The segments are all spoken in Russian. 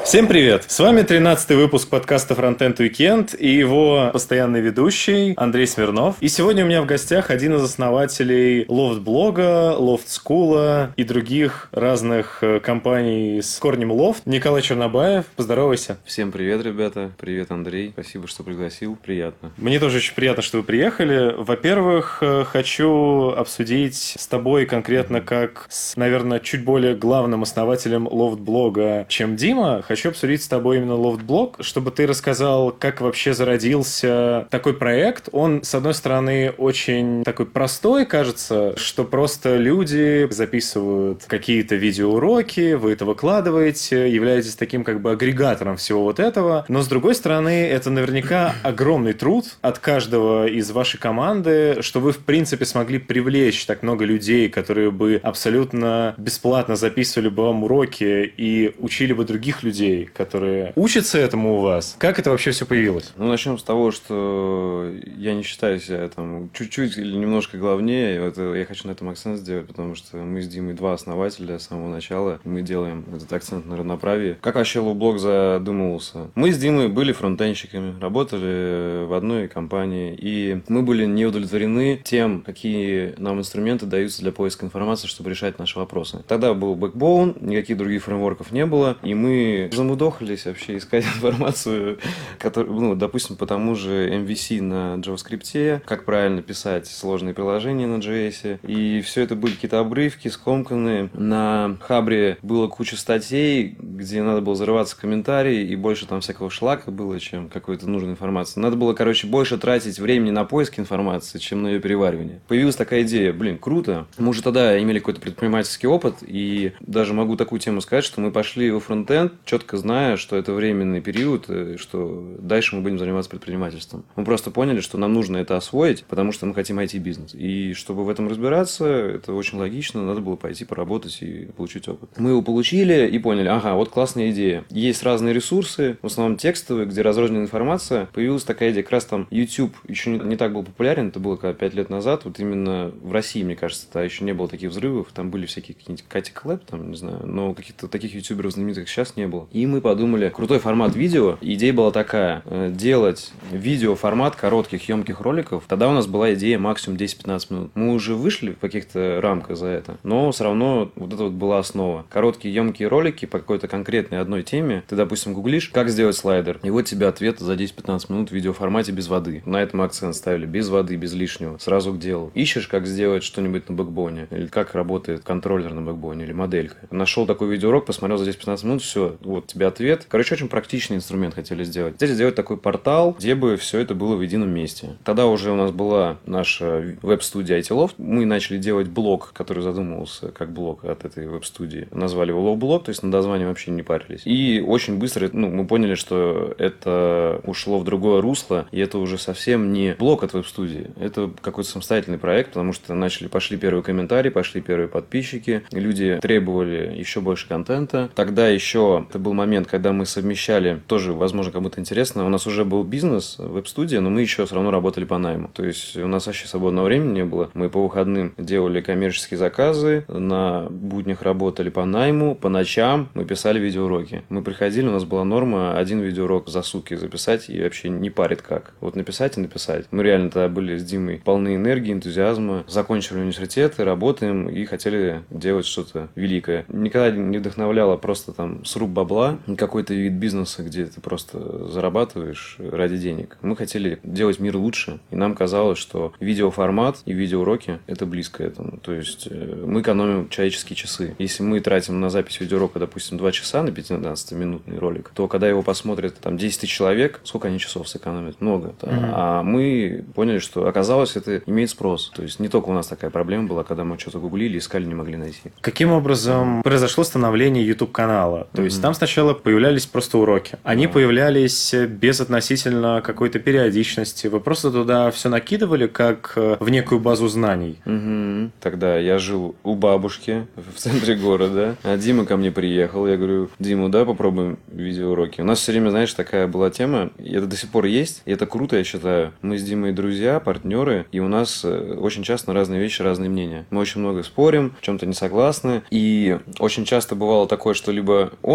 Всем привет! С вами 13-й выпуск подкаста Frontend Weekend и его постоянный ведущий Андрей Смирнов. И сегодня у меня в гостях один из основателей Loft-блога, Loft-скула и других разных компаний с корнем Loft, Николай Чернобаев. Поздоровайся. Всем привет, ребята. Привет, Андрей. Спасибо, что пригласил. Приятно. Мне тоже очень приятно, что вы приехали. Во-первых, хочу обсудить с тобой конкретно как с, наверное, чуть более главным основателем Loft-блога, чем Дима. Хочу обсудить с тобой именно Loft-блог, чтобы ты рассказал, как вообще зародился такой проект. Он, с одной стороны, очень такой простой, кажется, что просто люди записывают какие-то видеоуроки, вы это выкладываете, являетесь таким как бы агрегатором всего вот этого. Но, с другой стороны, это наверняка огромный труд от каждого из вашей команды, что вы, в принципе, смогли привлечь так много людей, которые бы абсолютно бесплатно записывали бы вам уроки и учили бы других людей, которые учатся этому у вас. Как это вообще все появилось? Ну, начнем с того, что я не считаю себя там чуть-чуть или немножко главнее. И вот я хочу на этом акцент сделать, потому что мы с Димой два основателя с самого начала. Мы делаем этот акцент на равноправии. Как вообще Loft-блог задумывался? Мы с Димой были фронтенщиками, работали в одной компании, и мы были не удовлетворены тем, какие нам инструменты даются для поиска информации, чтобы решать наши вопросы. Тогда был Backbone, никаких других фреймворков не было, и мы замудохались вообще искать информацию, которую, допустим, по тому же MVC на JavaScript, как правильно писать сложные приложения на JS. И все это были какие-то обрывки, скомканные. На Хабре было куча статей, где надо было зарываться в комментарии, и больше там всякого шлака было, чем какой-то нужной информации. Надо было, больше тратить времени на поиск информации, чем на ее переваривание. Появилась такая идея, круто. Мы уже тогда имели какой-то предпринимательский опыт, и даже могу такую тему сказать, что мы пошли во фронтенд, четко зная, что это временный период, что дальше мы будем заниматься предпринимательством. Мы просто поняли, что нам нужно это освоить, потому что мы хотим IT-бизнес. И чтобы в этом разбираться, это очень логично, надо было пойти поработать и получить опыт. Мы его получили и поняли, вот классная идея. Есть разные ресурсы, в основном текстовые, где разрозненная информация. Появилась такая идея, как раз там YouTube еще не так был популярен, это было 5 лет назад, вот именно в России, мне кажется, тогда еще не было таких взрывов, там были всякие какие-нибудь Катя Клэп, там, не знаю, но каких-то таких ютуберов знаменитых сейчас не было. И мы подумали, крутой формат видео. Идея была такая, делать видеоформат коротких, емких роликов. Тогда у нас была идея максимум 10-15 минут. Мы уже вышли в каких-то рамках за это, но все равно вот это вот была основа. Короткие, емкие ролики по какой-то конкретной одной теме. Ты, допустим, гуглишь, как сделать слайдер. И вот тебе ответ за 10-15 минут в видеоформате без воды. На этом акцент ставили. Без воды, без лишнего. Сразу к делу. Ищешь, как сделать что-нибудь на бэкбоне. Или как работает контроллер на бэкбоне. Или моделька. Нашел такой видеоурок, посмотрел за 10-15 минут, все, вот тебе ответ. Очень практичный инструмент хотели сделать. Хотели сделать такой портал, где бы все это было в едином месте. Тогда уже у нас была наша веб-студия IT-Loft. Мы начали делать блог, который задумывался как блог от этой веб-студии. Назвали его Loft-блог, то есть над названием вообще не парились. И очень быстро мы поняли, что это ушло в другое русло, и это уже совсем не блог от веб-студии. Это какой-то самостоятельный проект, потому что пошли первые комментарии, пошли первые подписчики, люди требовали еще больше контента. Тогда еще это был момент, когда мы совмещали, тоже, возможно, кому-то интересно, у нас уже был бизнес, веб-студия, но мы еще все равно работали по найму. То есть у нас вообще свободного времени не было. Мы по выходным делали коммерческие заказы, на буднях работали по найму, по ночам мы писали видеоуроки. Мы приходили, у нас была норма один видеоурок за сутки записать и вообще не парит как. Вот написать и написать. Мы реально тогда были с Димой полны энергии, энтузиазма, закончили университет, работаем и хотели делать что-то великое. Никогда не вдохновляло просто там сруб бабла, какой-то вид бизнеса, где ты просто зарабатываешь ради денег. Мы хотели делать мир лучше, и нам казалось, что видеоформат и видеоуроки – это близко этому. То есть мы экономим человеческие часы. Если мы тратим на запись видеоурока, допустим, 2 часа на 15-минутный ролик, то когда его посмотрят там 10 тысяч человек, сколько они часов сэкономят? Много. А мы поняли, что оказалось, это имеет спрос. То есть не только у нас такая проблема была, когда мы что-то гуглили, искали, не могли найти. Каким образом произошло становление YouTube-канала? То есть там сначала появлялись просто уроки. Они появлялись без относительно какой-то периодичности. Вы просто туда все накидывали, как в некую базу знаний. Тогда я жил у бабушки в центре города, а Дима ко мне приехал. Я говорю, Дима, да, попробуем видеоуроки. У нас все время, знаешь, такая была тема, и это до сих пор есть, и это круто, я считаю. Мы с Димой друзья, партнеры, и у нас очень часто на разные вещи, разные мнения. Мы очень много спорим, в чем-то не согласны, и очень часто бывало такое, что либо он что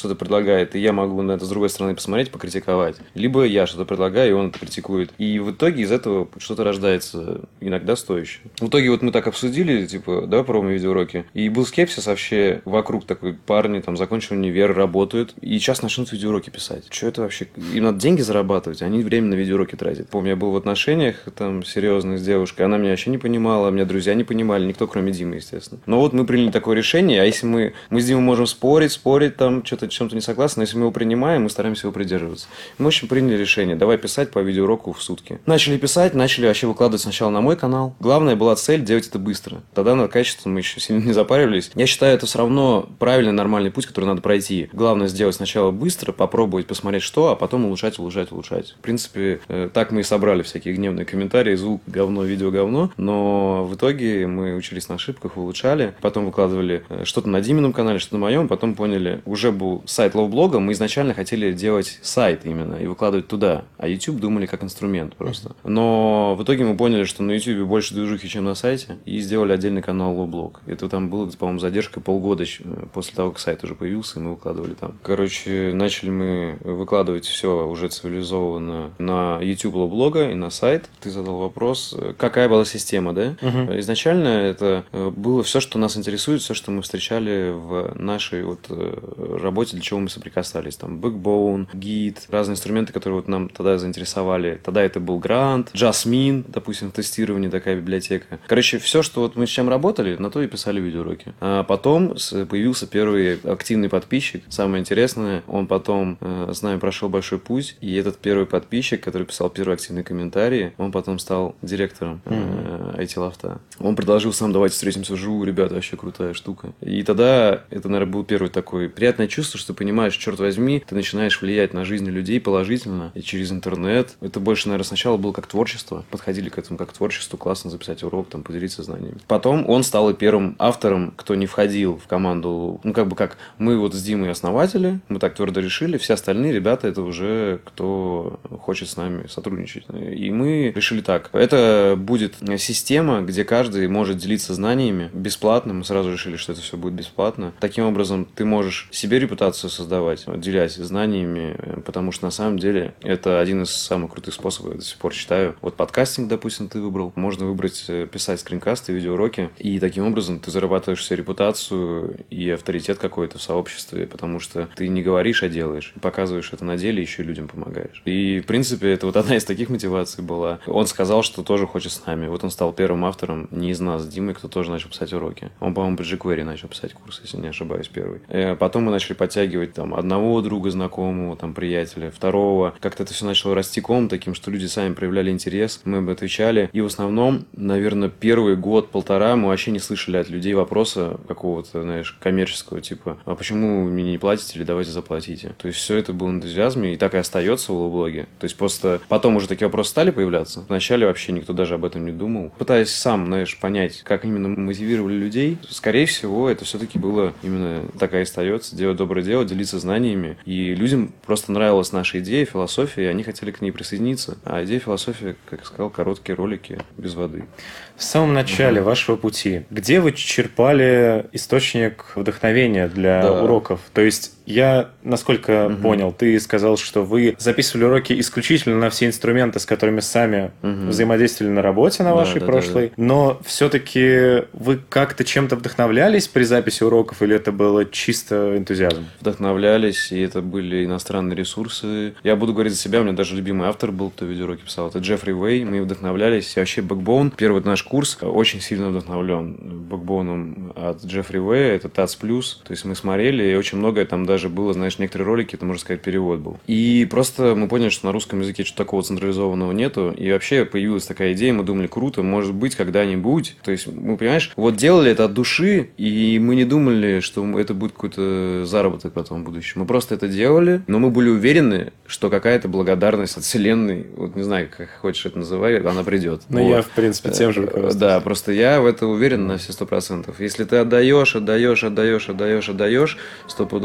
что-то предлагает, и я могу на это с другой стороны посмотреть, покритиковать. Либо я что-то предлагаю, и он это критикует. И в итоге из этого что-то рождается иногда стоящее. В итоге вот мы так обсудили, типа, давай попробуем видеоуроки. И был скепсис вообще вокруг такой, парни там закончили универ, работают, и сейчас начнут видеоуроки писать. Что это вообще? Им надо деньги зарабатывать, а они время на видеоуроки тратят. Помню, я был в отношениях там серьезных с девушкой, она меня вообще не понимала, меня друзья не понимали, никто кроме Димы, естественно. Но вот мы приняли такое решение, а если мы с Димой можем спорить, там, что-то чем-то не согласны, но если мы его принимаем, мы стараемся его придерживаться. Мы, в общем, приняли решение, давай писать по видеоуроку в сутки. Начали писать, начали вообще выкладывать сначала на мой канал. Главная была цель делать это быстро. Тогда над качеством мы еще сильно не запаривались. Я считаю, это все равно правильный, нормальный путь, который надо пройти. Главное сделать сначала быстро, попробовать, посмотреть что, а потом улучшать. В принципе, так мы и собрали всякие гневные комментарии, звук говно, видео говно, но в итоге мы учились на ошибках, улучшали, потом выкладывали что-то на Димином канале, что-то на моем, потом поняли, уже был сайт ловблога, мы изначально хотели делать сайт именно и выкладывать туда, а YouTube думали как инструмент просто. Но в итоге мы поняли, что на YouTube больше движухи, чем на сайте, и сделали отдельный канал ловблог. Это там было, по-моему, задержка полгода после того, как сайт уже появился, и мы выкладывали там. Короче, начали мы выкладывать все уже цивилизованно на YouTube ловблога и на сайт. Ты задал вопрос, какая была система, да? Изначально это было все, что нас интересует, все, что мы встречали в нашей вот работе, для чего мы соприкасались. Там Backbone, Git, разные инструменты, которые вот нам тогда заинтересовали. Тогда это был Grant, Jasmine, допустим, в тестировании такая библиотека. Короче, все, что вот мы с чем работали, на то и писали видеоуроки. А потом появился первый активный подписчик. Самое интересное, он потом с нами прошел большой путь, и этот первый подписчик, который писал первые активные комментарии, он потом стал директором IT-лофта. Он предложил сам, давайте встретимся вживую, ребята, вообще крутая штука. И тогда это, наверное, был первый такой приятное чувство, что ты понимаешь, черт возьми, ты начинаешь влиять на жизнь людей положительно и через интернет. Это больше, наверное, сначала было как творчество. Подходили к этому как к творчеству, классно записать урок, там, поделиться знаниями. Потом он стал и первым автором, кто не входил в команду, ну, как мы вот с Димой основатели, мы так твердо решили, все остальные ребята это уже кто хочет с нами сотрудничать. И мы решили так, это будет система, где каждый может делиться знаниями бесплатно, мы сразу решили, что это все будет бесплатно. Таким образом, ты можешь себе репутацию создавать, делясь знаниями, потому что на самом деле это один из самых крутых способов, я до сих пор считаю. Вот подкастинг, допустим, ты выбрал, можно выбрать писать скринкасты, видеоуроки, и таким образом ты зарабатываешь себе репутацию и авторитет какой-то в сообществе, потому что ты не говоришь, а делаешь, показываешь это на деле, еще и людям помогаешь. И, в принципе, это вот одна из таких мотиваций была. Он сказал, что тоже хочет с нами. Вот он стал первым автором, не из нас, с Димой, кто тоже начал писать уроки. Он, по-моему, при jQuery начал писать курс, если не ошибаюсь, первый. Потом мы начали подтягивать там одного друга знакомого, там приятеля, второго. Как-то это все начало расти комом таким, что люди сами проявляли интерес, мы им отвечали. И в основном, наверное, первый год-полтора мы вообще не слышали от людей вопроса какого-то, знаешь, коммерческого, типа, а почему вы мне не платите или давайте заплатите? То есть все это было на энтузиазме, и так и остается в лоблоге. То есть просто потом уже такие вопросы стали появляться. Вначале вообще никто даже об этом не думал. Пытаясь сам, знаешь, понять, как именно мотивировали людей, скорее всего, это все-таки было именно так и остается, делать доброе дело, делиться знаниями. И людям просто нравилась наша идея, философия, и они хотели к ней присоединиться. А идея, философия, как я сказал, короткие ролики без воды. В самом начале вашего пути, где вы черпали источник вдохновения для уроков? То есть я, насколько понял, ты сказал, что вы записывали уроки исключительно на все инструменты, с которыми сами взаимодействовали на работе на вашей прошлой, но все-таки вы как-то чем-то вдохновлялись при записи уроков, или это было чисто энтузиазм? Вдохновлялись, и это были иностранные ресурсы. Я буду говорить за себя, у меня даже любимый автор был, кто видеоуроки писал, это Джеффри Уэй, мы вдохновлялись, и вообще Backbone, первый наш курс, очень сильно вдохновлен Backbone от Джеффри Уэя, это TATS+, то есть мы смотрели, и очень многое там даже было, знаешь, некоторые ролики, это, можно сказать, перевод был. И просто мы поняли, что на русском языке чего-то такого централизованного нету, и вообще появилась такая идея, мы думали, круто, может быть, когда-нибудь, то есть мы, понимаешь, вот делали это от души, и мы не думали, что это будет какой-то заработок потом в будущем. Мы просто это делали, но мы были уверены, что какая-то благодарность от вселенной, вот не знаю, как хочешь это называй, она придет. Ну, вот. Я, в принципе, тем же руководствуюсь. Да, просто я в это уверен на все 100%. Если ты отдаешь, стопудово будет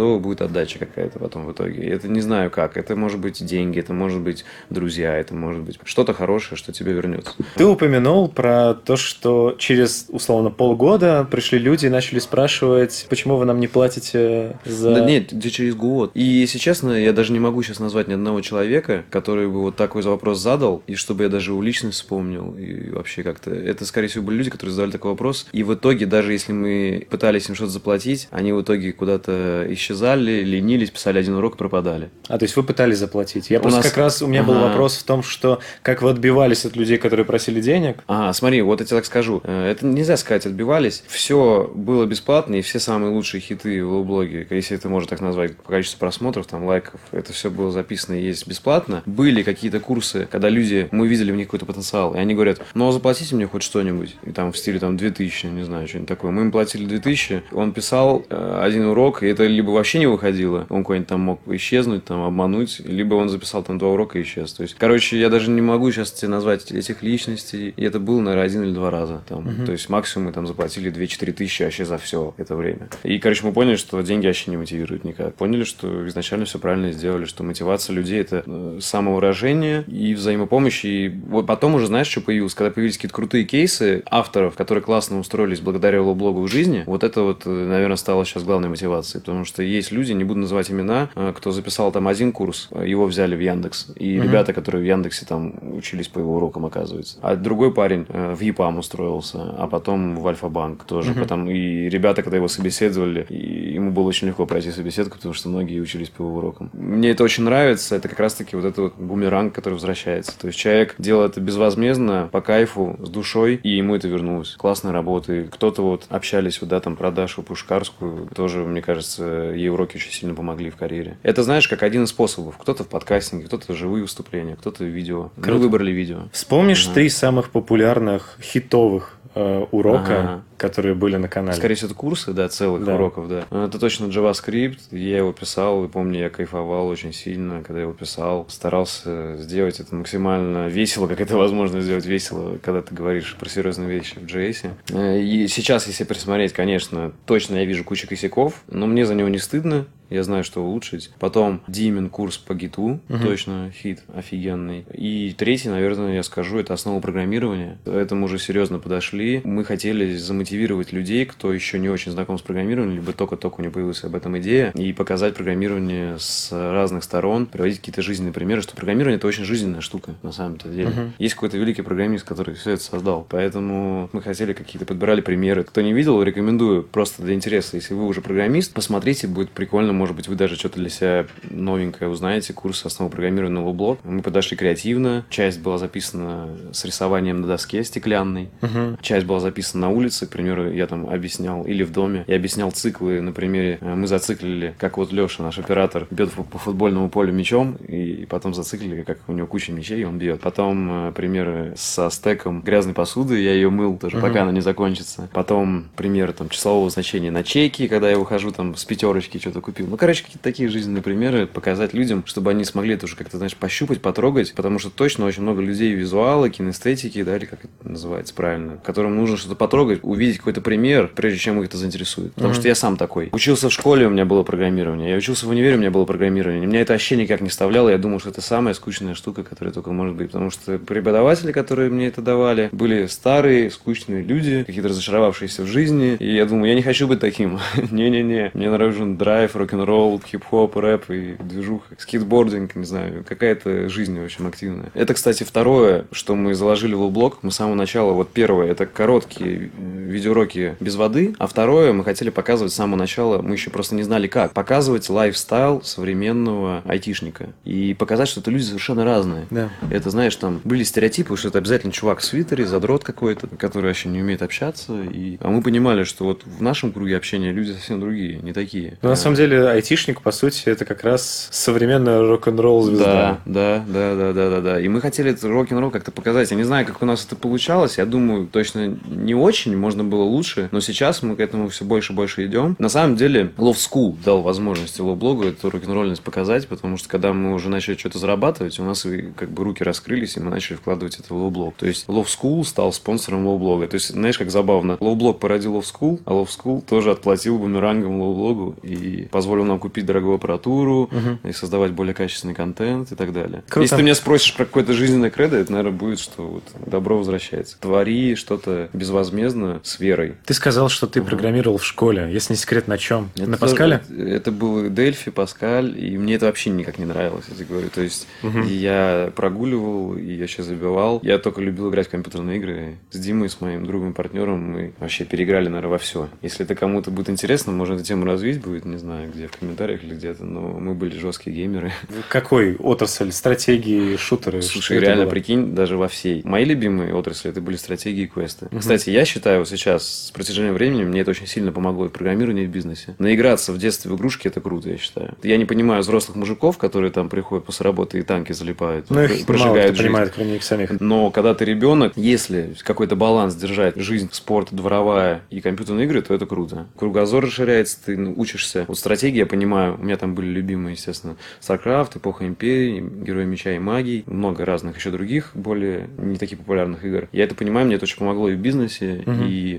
отдача какая-то потом в итоге. Это не знаю как. Это может быть деньги, это может быть друзья, это может быть что-то хорошее, что тебе вернется. Ты упомянул про то, что через, условно, полгода пришли люди и начали спрашивать, почему вы нам не платите за... Да нет, где через год. И, если честно, я даже не могу сейчас назвать ни одного человека, который бы вот такой вопрос задал, и чтобы я даже его личность вспомнил, и вообще как-то... Это, скорее всего, были люди, которые задали такой вопрос, и в итоге, даже если мы пытались им что-то заплатить, они в итоге куда-то исчезали, ленились, писали один урок и пропадали. А, то есть вы пытались заплатить? Я просто как раз... У меня был вопрос в том, что как вы отбивались от людей, которые просили денег? Смотри, вот я тебе так скажу. Это нельзя сказать, отбивались. Все было бесплатно, и все самые лучшие хиты в блоге, если это можно так назвать, по количеству просмотров, там, лайков, это все было записано и есть бесплатно. Были какие-то курсы, когда люди, мы видели в них какой-то потенциал, и они говорят, ну, а заплатите мне хоть что-нибудь. И там в стиле там 2000, не знаю, что-нибудь такое. Мы им платили 2000, он писал один урок, и это либо вообще не выходило, он куда-нибудь там мог исчезнуть, там, обмануть, либо он записал там 2 урока и исчез. То есть, короче, я даже не могу сейчас тебе назвать этих личностей, и это было, наверное, 1 или 2 раза. Там. То есть, максимум мы там заплатили 2-4 тысячи вообще за все это время. И, короче, мы поняли, что деньги вообще не мотивируют никак. Поняли, что изначально все правильно сделали, что мотивация людей – это самовыражение и взаимопомощь. И вот потом уже, знаешь, что появилось? Когда появились какие-то крутые кейсы авторов, которые классно устроились благодаря его блогу в жизни, вот это вот, наверное, стало сейчас главной мотивацией. Потому что есть люди, не буду называть имена, кто записал там один курс, его взяли в Яндекс. И ребята, которые в Яндексе там учились по его урокам, оказывается. А другой парень в ЕПАМ устроился, а потом в Альфа-банк тоже. Потом и ребята, когда его собеседовали, и ему было очень легко пройти собеседку, потому что многие учились по его урокам. Мне это очень нравится. Это как раз-таки вот этот вот бумеранг, который возвращается. То есть человек делал это безвозмездно, по кайфу, с душой, и ему это вернулось. Классная работа. И кто-то вот общались, вот, да, там про Дашу Пушкарскую. Тоже, мне кажется, ей уроки очень сильно помогли в карьере. Это, знаешь, как один из способов. Кто-то в подкастинге, кто-то живые выступления, кто-то в видео. Мы выбрали видео. Вспомнишь 3 самых популярных хитовых урока, которые были на канале? Скорее всего, это курсы, да, целых уроков, да. Это точно JavaScript. Я его писал, и помню, я кайфовал очень сильно, когда его писал. Старался сделать это максимально весело, как это возможно сделать весело, когда ты говоришь про серьезные вещи в JS. И сейчас, если присмотреть, конечно, точно я вижу кучу косяков, но мне за него не стыдно. Я знаю, что улучшить. Потом Димин курс по гиту. Точно хит офигенный. И третий, наверное, я скажу, это основа программирования. К этому уже серьезно подошли. Мы хотели замотивировать людей, кто еще не очень знаком с программированием, либо только-только у него появилась об этом идея, и показать программирование с разных сторон, приводить какие-то жизненные примеры, что программирование – это очень жизненная штука, на самом-то деле. Есть какой-то великий программист, который все это создал. Поэтому мы хотели какие-то, подбирали примеры. Кто не видел, рекомендую просто для интереса. Если вы уже программист, посмотрите, будет прикольно. Может быть, вы даже что-то для себя новенькое узнаете. Курс основы программирования на Лоблог. Мы подошли креативно. Часть была записана с рисованием на доске стеклянной. Часть была записана на улице. К примеру, я там объяснял, или в доме. Я объяснял циклы. На примере мы зациклили, как вот Леша, наш оператор, бьет по футбольному полю мячом. И потом зациклили, как у него куча мячей, и он бьет. Потом примеры со стеком грязной посуды. Я ее мыл тоже, пока она не закончится. Потом примеры там числового значения на чеки, когда я выхожу там с пятерочки, что-то купил. Ну, короче, какие-то такие жизненные примеры показать людям, чтобы они смогли это уже как-то, знаешь, пощупать, потрогать, потому что точно очень много людей визуала, кинестетики, да, или как это называется правильно, которым нужно что-то потрогать, увидеть какой-то пример, прежде чем их это заинтересует. Потому что я сам такой. Учился в школе, у меня было программирование, я учился в универе, у меня было программирование. Меня это вообще никак не вставляло, я думал, что это самая скучная штука, которая только может быть, потому что преподаватели, которые мне это давали, были старые, скучные люди, какие-то разочаровавшиеся в жизни, и я думаю, я не хочу быть таким. Не-не-не, мне нужен драйв, рок-н-ролл, хип-хоп, рэп и движуха, скейтбординг, не знаю, какая-то жизнь, в общем, активная. Это, кстати, второе, что мы заложили в блог. Мы с самого начала, вот первое, это короткие видеоуроки без воды, а второе, мы хотели показывать с самого начала, мы еще просто не знали как, показывать лайфстайл современного айтишника. И показать, что это люди совершенно разные. Да. Это, знаешь, там были стереотипы, что это обязательно чувак в свитере, задрот какой-то, который вообще не умеет общаться. А мы понимали, что вот в нашем круге общения люди совсем другие, не такие. Но на самом деле айтишник, по сути, это как раз современная рок-н-ролл звезда. Да. И мы хотели этот рок-н-ролл как-то показать. Я не знаю, как у нас это получалось. Я думаю, точно не очень, можно было лучше. Но сейчас мы к этому все больше и больше идем. На самом деле, Love School дал возможность Лоблогу эту рок-н-ролльность показать, потому что когда мы уже начали что-то зарабатывать, у нас как бы руки раскрылись, и мы начали вкладывать это в Лоблог. То есть Love School стал спонсором Лоблога. То есть, знаешь, как забавно. Лоблог породил Love School, а Love School тоже отплатил бумерангом Лоблогу и позволил позволил нам купить дорогую аппаратуру и создавать более качественный контент и так далее. Круто. Если ты меня спросишь про какое-то жизненное кредо, это, наверное, будет, что вот добро возвращается. Твори что-то безвозмездно с верой. Ты сказал, что ты программировал в школе. Если не секрет, на чем? На Паскале? Это был Дельфи, Паскаль, и мне это вообще никак не нравилось, я тебе говорю. То есть я прогуливал, и я сейчас забивал. Я только любил играть в компьютерные игры. С Димой, с моим другом и партнером, мы вообще переиграли, наверное, во все. Если это кому-то будет интересно, можно эту тему развить будет, не знаю, где, в комментариях или где-то, но мы были жесткие геймеры. Какой отрасль? Стратегии, шутеры? Слушай, реально, прикинь, даже во всей. Мои любимые отрасли, это были стратегии и квесты. Кстати, я считаю, вот сейчас, с протяжением времени, мне это очень сильно помогло и в программировании, и в бизнесе. Наиграться в детстве в игрушки, это круто, я считаю. Я не понимаю взрослых мужиков, которые там приходят после работы и танки залипают, ну, их мало кто понимает, кроме них самих. Но когда ты ребенок, если какой-то баланс держать, жизнь, спорт, дворовая и компьютерные игры, то это круто. Кругозор расширяется, ты учишься. Вот стратегии, я понимаю, у меня там были любимые, естественно, StarCraft, Эпоха Империи, Герои Меча и Магии, много разных еще других, более не таких популярных игр. Я это понимаю, мне это очень помогло и в бизнесе, и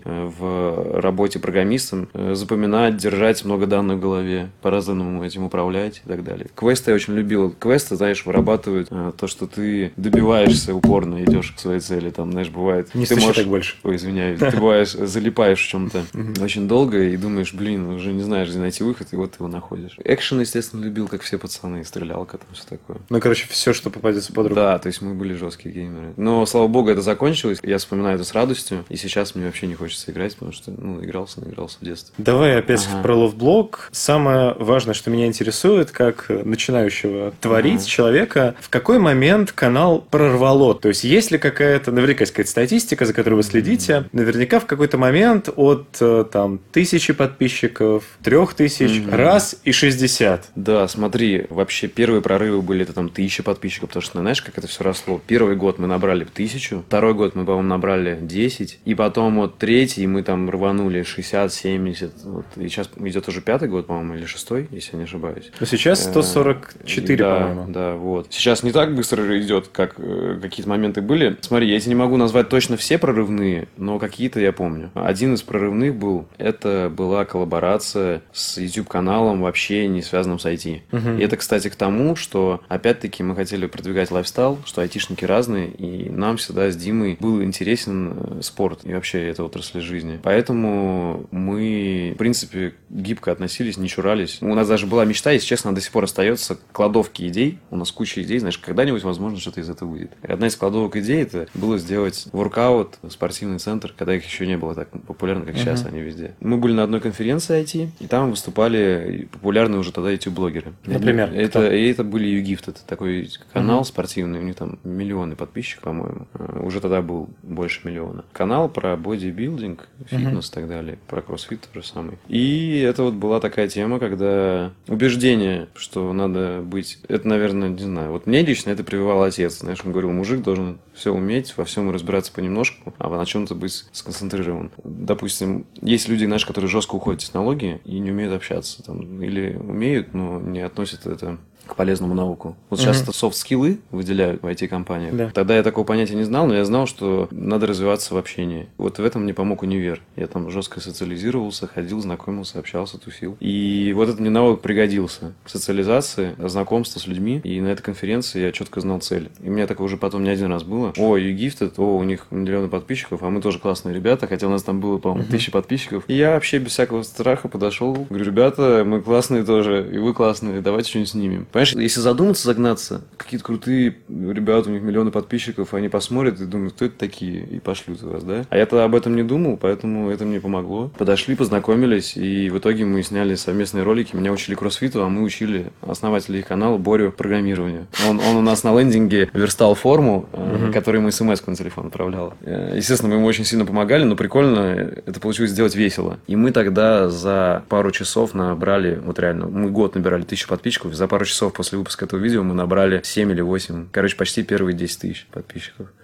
в работе программистом запоминать, держать много данных в голове, по-разному этим управлять и так далее. Квесты я очень любил. Квесты, знаешь, вырабатывают то, что ты добиваешься упорно, идешь к своей цели. Там, знаешь, бывает... Не ты можешь... так больше. Ой, извиняюсь. Ты бываешь, залипаешь в чем-то очень долго и думаешь, блин, уже не знаешь, где найти выход, и вот ты его находишь. Экшен, естественно, любил, как все пацаны, стрелялка, там все такое. Ну, короче, все, что попадется под руку. Да, то есть мы были жесткие геймеры. Но, слава богу, это закончилось. Я вспоминаю это с радостью. И сейчас мне вообще не хочется играть, потому что, наигрался в детстве. Давай опять про ловблог. Самое важное, что меня интересует, как начинающего творить человека, в какой момент канал прорвало? То есть, есть ли какая-то, наверняка есть какая-то статистика, за которой вы следите, наверняка в какой-то момент от там 1000 подписчиков, 3000, раз и 60. Да, смотри, вообще первые прорывы были это там 1000 подписчиков, потому что, знаешь, как это все росло. Первый год мы набрали 1000, второй год мы, по-моему, набрали 10, и потом вот третий мы там рванули 60, 70, вот, и сейчас идет уже 5-й год, по-моему, или 6-й, если я не ошибаюсь. Но сейчас 144, да, по-моему. Да, вот. Сейчас не так быстро идет, как какие-то моменты были. Смотри, я тебе не могу назвать точно все прорывные, но какие-то я помню. Один из прорывных был, это была коллаборация с YouTube-каналом, вообще не связанным с IT. И это, кстати, к тому, что, опять-таки, мы хотели продвигать лайфстайл, что айтишники разные, и нам всегда с Димой был интересен спорт и вообще эта отрасль жизни. Поэтому мы, в принципе, гибко относились, не чурались. У нас даже была мечта, если честно, она до сих пор остается, кладовки идей. У нас куча идей, знаешь, когда-нибудь, возможно, что-то из этого выйдет. И одна из кладовок идей это было сделать воркаут, спортивный центр, когда их еще не было так популярно, как сейчас они везде. Мы были на одной конференции IT, и там выступали популярные уже тогда YouTube-блогеры. Например, это были YouGift, это такой канал спортивный, у них там миллионы подписчиков, по-моему. Уже тогда был больше миллиона. Канал про бодибилдинг, фитнес и так далее, про кроссфит тоже самый. И это вот была такая тема, когда убеждение, что надо быть... Это, наверное, не знаю. Вот мне лично это прививал отец. Знаешь, он говорил, мужик должен все уметь, во всем разбираться понемножку, а на чем-то быть сконцентрирован. Допустим, есть люди, знаешь, которые жестко уходят в технологии и не умеют общаться. Там, или умеют, но не относят это к полезному науку. Вот сейчас это софт-скиллы выделяют в IT-компаниях. Да. Тогда я такого понятия не знал, но я знал, что надо развиваться в общении. Вот в этом мне помог универ. Я там жестко социализировался, ходил, знакомился, общался, тусил. И вот этот мне навык пригодился. Социализация, знакомство с людьми. И на этой конференции я четко знал цель. И у меня такое уже потом не один раз было. О, YouGifted, у них миллионы подписчиков, а мы тоже классные ребята, хотя у нас там было, по-моему, 1000 подписчиков. И я вообще без всякого страха подошел. Говорю, ребята, мы классные тоже, и вы классные, давайте что-нибудь снимем. Понимаешь, если задуматься, загнаться, какие-то крутые ребята, у них миллионы подписчиков, они посмотрят и думают, кто это такие, и пошлют вас, да? А я тогда об этом не думал, поэтому это мне помогло. Подошли, познакомились, и в итоге мы сняли совместные ролики. Меня учили кроссфиту, а мы учили основателя их канала Борю программированию. Он у нас на лендинге верстал форму, которую ему смс-ку на телефон отправлял. Естественно, мы ему очень сильно помогали, но прикольно это получилось сделать весело. И мы тогда за пару часов набрали, вот реально, мы год набирали 1000 подписчиков, за пару часов после выпуска этого видео мы набрали 7 или 8, короче, почти первые 10 000 подписчиков.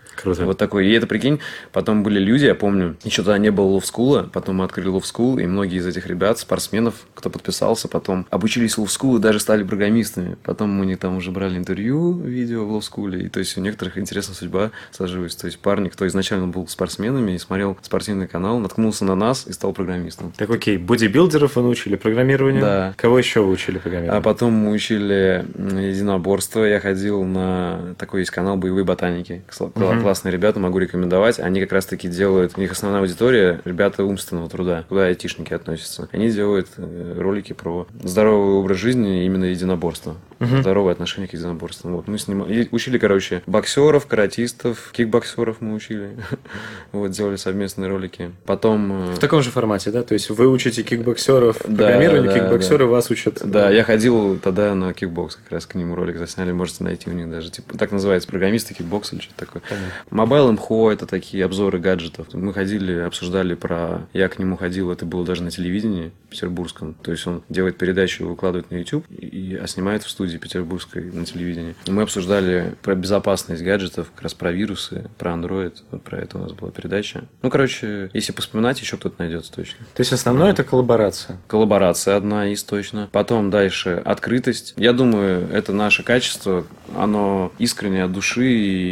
Круто. Вот такой. И это, прикинь, потом были люди, я помню, еще тогда не было лов-скула, потом мы открыли лов-скул, и многие из этих ребят, спортсменов, кто подписался, потом обучились в лов-скул и даже стали программистами. Потом мы у них там уже брали интервью, видео в лов-скуле, и то есть у некоторых интересная судьба сложилась. То есть парни, кто изначально был спортсменами и смотрел спортивный канал, наткнулся на нас и стал программистом. Так окей, бодибилдеров вы научили программированию? Да. Кого еще вы учили программированию? А потом мы учили единоборство. Я ходил на такой есть канал «Боевые ботаники». Классные ребята, могу рекомендовать. Они как раз-таки делают... У них основная аудитория — ребята умственного труда, куда айтишники относятся. Они делают ролики про здоровый образ жизни, именно единоборство. Здоровое отношение к единоборству. Вот. Мы учили, короче, боксеров, каратистов, кикбоксеров мы учили. Вот, делали совместные ролики. Потом... В таком же формате, да? То есть вы учите кикбоксеров программированию, кикбоксеры вас учат... Да, я ходил тогда на кикбокс, как раз к нему ролик засняли, можете найти у них даже. Типа, так называется, программисты кикбокс или что-то такое. Mobile MHO — это такие обзоры гаджетов. Мы ходили, обсуждали про... Я к нему ходил, это было даже на телевидении петербургском. То есть он делает передачу, выкладывает на YouTube, а снимает в студии петербургской на телевидении. И мы обсуждали про безопасность гаджетов, как раз про вирусы, про Android. Вот про это у нас была передача. Ну, короче, если поспоминать, еще кто-то найдется точно. То есть основное это коллаборация? Коллаборация одна из точно. Потом дальше открытость. Я думаю, это наше качество, оно искренне от души,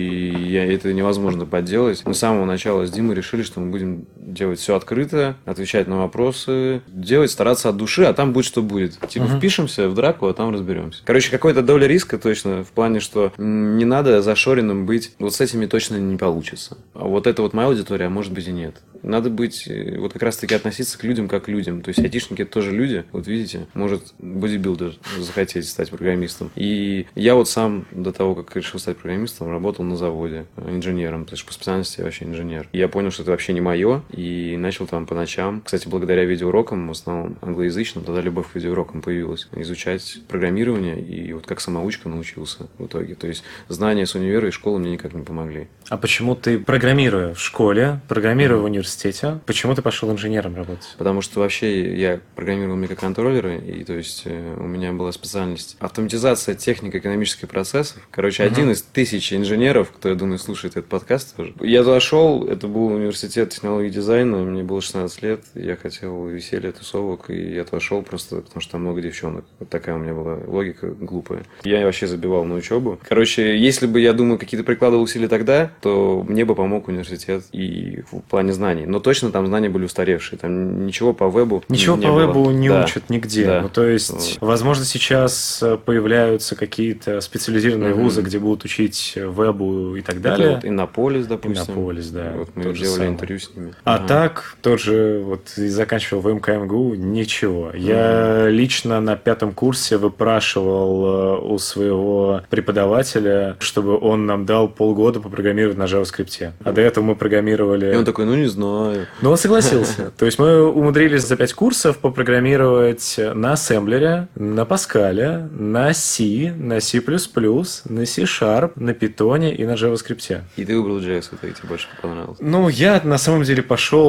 и это невозможно подделать. Мы с самого начала с Димой решили, что мы будем делать все открыто, отвечать на вопросы, делать, стараться от души, а там будет что будет. Типа впишемся в драку, а там разберемся. Короче, какая-то доля риска точно в плане, что не надо зашоренным быть. Вот с этими точно не получится. А вот это вот моя аудитория, а может быть и нет. Надо быть, вот как раз-таки относиться к людям как к людям. То есть айтишники — это тоже люди. Вот видите, может бодибилдер захотеть стать программистом. И я вот сам до того, как решил стать программистом, работал на заводе инженером. Потому что по специальности я вообще инженер. И я понял, что это вообще не мое. И начал там по ночам. Кстати, благодаря видеоурокам, в основном англоязычным, тогда любовь к видеоурокам появилась. Изучать программирование. И вот как самоучка научился в итоге. То есть знания с универа и школы мне никак не помогли. А почему ты, программируя в школе, программируя в университете, почему ты пошел инженером работать? Потому что вообще я программировал микроконтроллеры, и то есть у меня была специальность автоматизация технико-экономических процессов. Короче, один из 1000 инженеров, кто, я думаю, слушает этот подкаст тоже. Я туда шел, это был университет технологий и дизайна, мне было 16 лет, я хотел веселья, тусовок, и я туда шел просто потому, что там много девчонок. Вот такая у меня была логика глупая. Я вообще забивал на учебу. Короче, если бы, я думаю, какие-то прикладывал усилия тогда, то мне бы помог университет и в плане знаний. Но точно там знания были устаревшие. Там ничего по вебу Ничего не по было. вебу не Да. учат нигде. Да. Ну, то есть, возможно, сейчас появляются какие-то специализированные вузы, где будут учить вебу и так далее. Это вот Иннополис, допустим. Иннополис, да. Вот мы тот же делали самый. интервью с ними. А так, тот же, вот, и заканчивал в МКМГУ, ничего. Я лично на 5 курсе выпрашивал у своего преподавателя, чтобы он нам дал полгода попрограммировать на JavaScript. А до этого мы программировали... И он такой, ну не знаю. Но он согласился. То есть мы умудрились за 5 курсов попрограммировать на ассемблере, на Паскале, на C, на C++, на C-Sharp, на Python и на JavaScript. И ты выбрал JS, это тебе больше понравилось. Ну, я на самом деле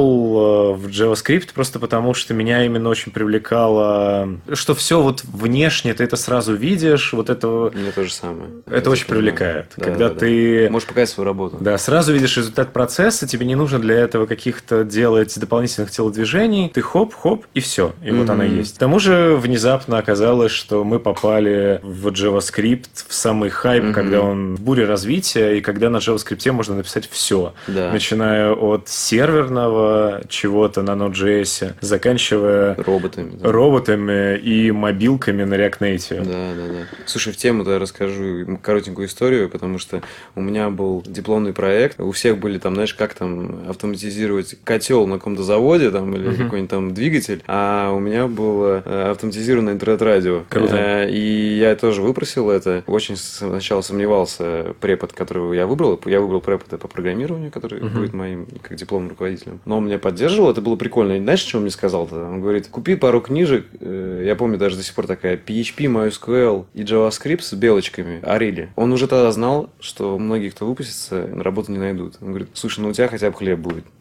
пошел в JavaScript просто потому, что меня именно очень привлекало, что все вот внешне ты это сразу видишь, вот это... Мне то же самое. Это очень привлекает. Да, когда да, да. ты... Можешь показать свою работу. Да, сразу видишь результат процесса, тебе не нужно для этого каких-то делать дополнительных телодвижений, ты хоп-хоп, и все, и вот она есть. К тому же внезапно оказалось, что мы попали в JavaScript в самый хайп, когда он в буре развития, и когда на JavaScript можно написать все, Да. начиная от серверного чего-то на Node.js, заканчивая Роботами. Да. роботами и мобилками на React Native. Да, да, да. Слушай, в тему-то я расскажу коротенькую историю, потому что у меня был дипломный проект. У всех были там, знаешь, как там автоматизировать котел на каком-то заводе там, или какой-нибудь там двигатель, а у меня было автоматизированное интернет-радио. Круто. И я тоже выпросил это. Очень сначала сомневался препод, которого я выбрал. Я выбрал препода по программированию, который будет моим как дипломным руководителем. Но он меня поддерживал, это было прикольно. И знаешь, что он мне сказал-то? Он говорит, купи пару книжек, я помню даже до сих пор такая, PHP, MySQL и JavaScript с белочками, Арили. Он уже тогда знал, что многие, кто выпустится, на работу не найдут. Он говорит, слушай, ну у тебя хотя бы хлеб будет.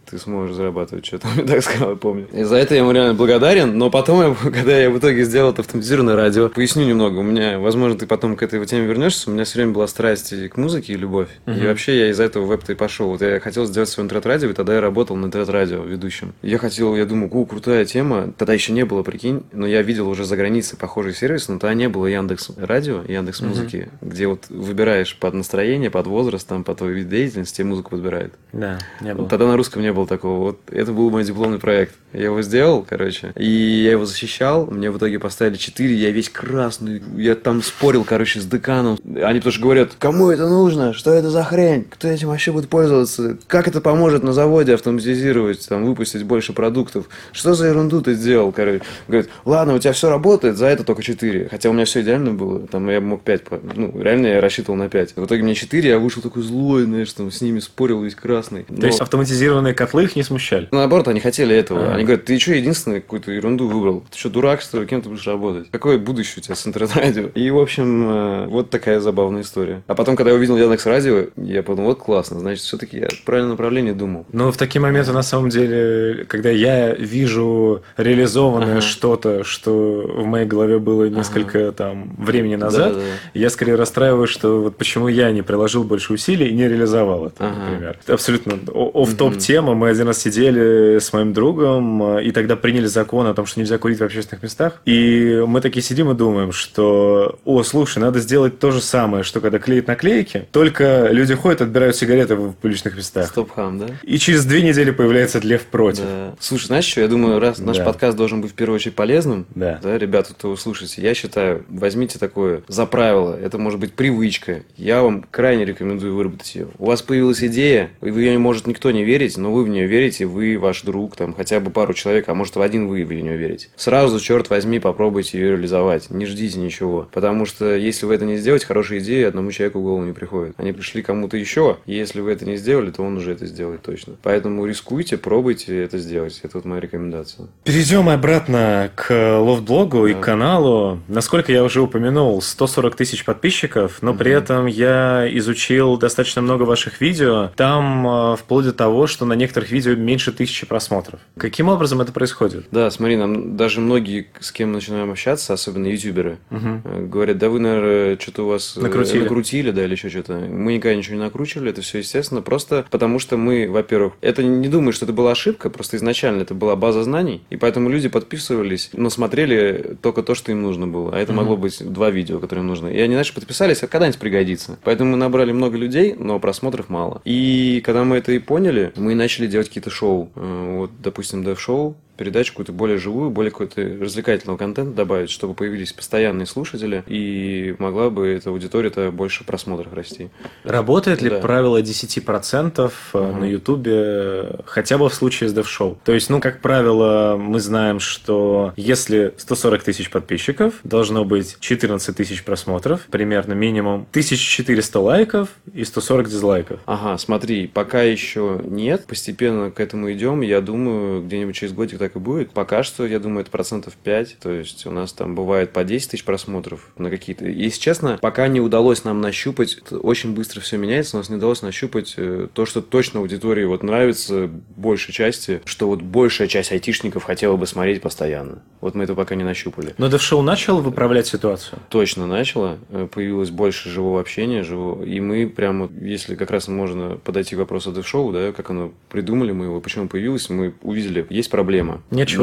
ты сможешь зарабатывать что-то. Он мне так сказал, я помню. И за это я ему реально благодарен. Но потом, когда я в итоге сделал это автоматизированное радио, поясню немного. У меня, возможно, ты потом к этой теме вернешься. У меня все время была страсть и к музыке, и любовь. И вообще я из-за этого в веб-то и пошел. Вот я хотел сделать свое интернет-радио, и тогда я работал на интернет-радио ведущим. Я думаю, крутая тема. Тогда еще не было, прикинь. Но я видел уже за границей похожий сервис, но тогда не было Яндекс Радио, Яндекс Музыки, где вот выбираешь под настроение, под возраст, там, под твой вид деятельности, тебе музыку подбирает. Да, не было. Тогда на русском не было такого. Вот это был мой дипломный проект. Я его сделал, короче, и я его защищал. Мне в итоге поставили 4, я весь красный. Я там спорил, короче, с деканом. Они тоже говорят, кому это нужно? Что это за хрень? Кто этим вообще будет пользоваться? Как это поможет на заводе автоматизировать, там, выпустить больше продуктов? Что за ерунду ты сделал, короче? Говорит, ладно, у тебя все работает, за это только 4. Хотя у меня все идеально было. Там я мог 5. Ну, реально я рассчитывал на 5. В итоге мне 4, я вышел такой злой, знаешь, там, с ними спорил весь красный. То есть автоматизированные котлы их не смущали? Наоборот, они хотели этого. Они говорят, ты что, единственный какую-то ерунду выбрал? Ты что, дурак, что ли? Кем ты будешь работать? Какое будущее у тебя с интернет-радио? И, в общем, вот такая забавная история. А потом, когда я увидел Яндекс.Радио, я подумал, вот классно, значит, все-таки я в правильном направлении думал. Ну, в такие моменты, на самом деле, когда я вижу реализованное что-то, что в моей голове было несколько там времени назад, я скорее расстраиваюсь, что вот почему я не приложил больше усилий и не реализовал это, например. Это абсолютно офф-топ тема. Мы один раз сидели с моим другом, и тогда приняли закон о том, что нельзя курить в общественных местах. И мы такие сидим и думаем, что, слушай, надо сделать то же самое, что когда клеят наклейки, только люди ходят, отбирают сигареты в публичных местах. Стоп-хам, да? И через 2 недели появляется Лев против. Да. Слушай, знаешь что, я думаю, раз наш подкаст должен быть в первую очередь полезным, да, ребята, кто вы слушаете, я считаю, возьмите такое за правило, это может быть привычка, я вам крайне рекомендую выработать ее. У вас появилась идея, и в нее может никто не верить, но вы в нее верите, вы, ваш друг, там, хотя бы пару человек, а может в один вы в нее верите. Сразу, черт возьми, попробуйте ее реализовать, не ждите ничего, потому что если вы это не сделаете, хорошие идеи одному человеку в голову не приходят. Они пришли кому-то еще, и если вы это не сделали, то он уже это сделает точно. Поэтому рискуйте, пробуйте это сделать. Это вот моя рекомендация. Перейдем обратно к лофт-блогу и каналу. Насколько я уже упомянул, 140 тысяч подписчиков, но при этом я изучил достаточно много ваших видео. Там вплоть до того, что на некоторых видео меньше 1000 просмотров. Каким образом это происходит? Да, смотри, нам даже многие, с кем мы начинаем общаться, особенно ютуберы, говорят, да вы, наверное, что-то у вас накрутили, да, или еще что-то. Мы никогда ничего не накручивали, это все естественно, просто потому что мы, во-первых, это не думаю, что это была ошибка, просто изначально это была база знаний, и поэтому люди подписывались, но смотрели только то, что им нужно было. А это могло быть 2 видео, которые им нужны. И они, знаешь, подписались, а когда-нибудь пригодится. Поэтому мы набрали много людей, но просмотров мало. И когда мы это и поняли, мы начали делать какие-то шоу. Вот, допустим, Dev-шоу, передачу какую-то более живую, более какой-то развлекательного контента добавить, чтобы появились постоянные слушатели, и могла бы эта аудитория-то больше просмотров расти. Работает ли правило 10% на Ютубе хотя бы в случае с DevShow? То есть, как правило, мы знаем, что если 140 тысяч подписчиков, должно быть 14 тысяч просмотров, примерно минимум, 1400 лайков и 140 дизлайков. Ага, смотри, пока еще нет, постепенно к этому идем, я думаю, где-нибудь через годик так и будет. Пока что, я думаю, это 5%, то есть у нас там бывает по 10 тысяч просмотров на какие-то. Если честно, пока не удалось нам нащупать, очень быстро все меняется, у нас не удалось нащупать то, что точно аудитории вот нравится большей части, что вот большая часть айтишников хотела бы смотреть постоянно. Вот мы это пока не нащупали. Но DevShow начал выправлять ситуацию? Точно начало, появилось больше живого общения, и мы прямо, если как раз можно подойти к вопросу DevShow, да, как оно придумали мы его, почему появилось, мы увидели, есть проблема. Нету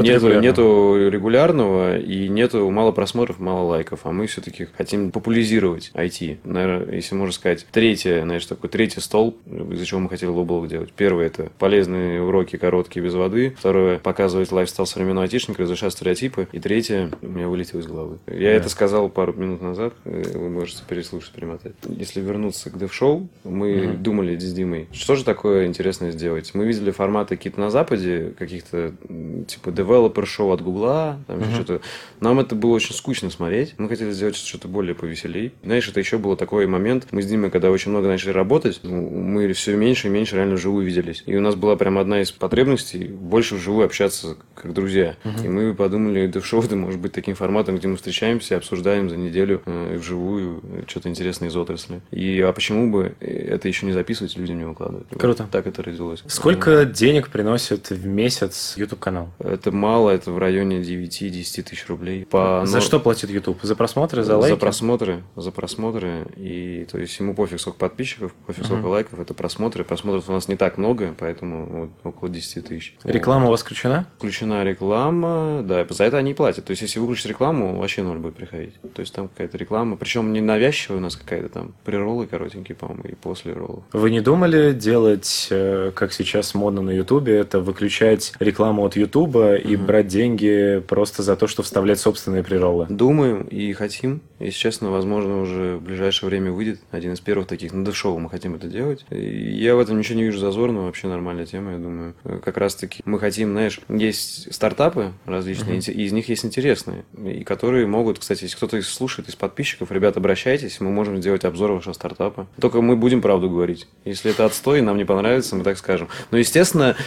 регулярного и нету мало просмотров, мало лайков, а мы все-таки хотим популяризировать IT. Наверное, если можно сказать, третий столб, из-за чего мы хотели лоблог делать. Первое – это полезные уроки, короткие, без воды. Второе – показывать лайфстайл современного айтишника, разрешать стереотипы. И третье – у меня вылетело из головы. Я это сказал пару минут назад, вы можете переслушать, перемотать. Если вернуться к DevShow, мы думали с Димой, что же такое интересное сделать. Мы видели форматы какие-то на Западе, каких-то типа девелопер-шоу от Гугла, там что-то. Нам это было очень скучно смотреть. Мы хотели сделать что-то более повеселей. Знаешь, это еще был такой момент. Мы с Димой, когда очень много начали работать, мы все меньше и меньше реально вживую виделись. И у нас была прям одна из потребностей больше вживую общаться как друзья. И мы подумали, да шоу это может быть таким форматом, где мы встречаемся, обсуждаем за неделю вживую что-то интересное из отрасли. А почему бы это еще не записывать и людям не выкладывать? Круто. Вот так это родилось. Сколько денег приносит в месяц YouTube-канал? Это мало, это в районе 9-10 тысяч рублей. За что платит YouTube? За просмотры, за лайки? За просмотры. И то есть ему пофиг, сколько подписчиков, пофиг, сколько лайков, это просмотры. Просмотров у нас не так много, поэтому вот около 10 тысяч. Реклама у вас включена? Включена реклама, да, за это они платят. То есть, если выключить рекламу, вообще ноль будет приходить. То есть, там какая-то реклама, причем не навязчивая у нас какая-то там, прероллы коротенькие, по-моему, и после роллов. Вы не думали делать, как сейчас модно на Ютубе, это выключать рекламу от Ютуба и брать деньги просто за то, что вставлять собственные прероллы? Думаем и хотим. Если честно, возможно, уже в ближайшее время выйдет один из первых таких, дешево мы хотим это делать. И я в этом ничего не вижу зазорного, вообще нормальная тема, я думаю. Как раз-таки мы хотим, знаешь, есть стартапы различные, и из них есть интересные, и которые могут, кстати, если кто-то их слушает из подписчиков, ребята, обращайтесь, мы можем сделать обзор вашего стартапа. Только мы будем правду говорить. Если это отстой, нам не понравится, мы так скажем. Но, естественно,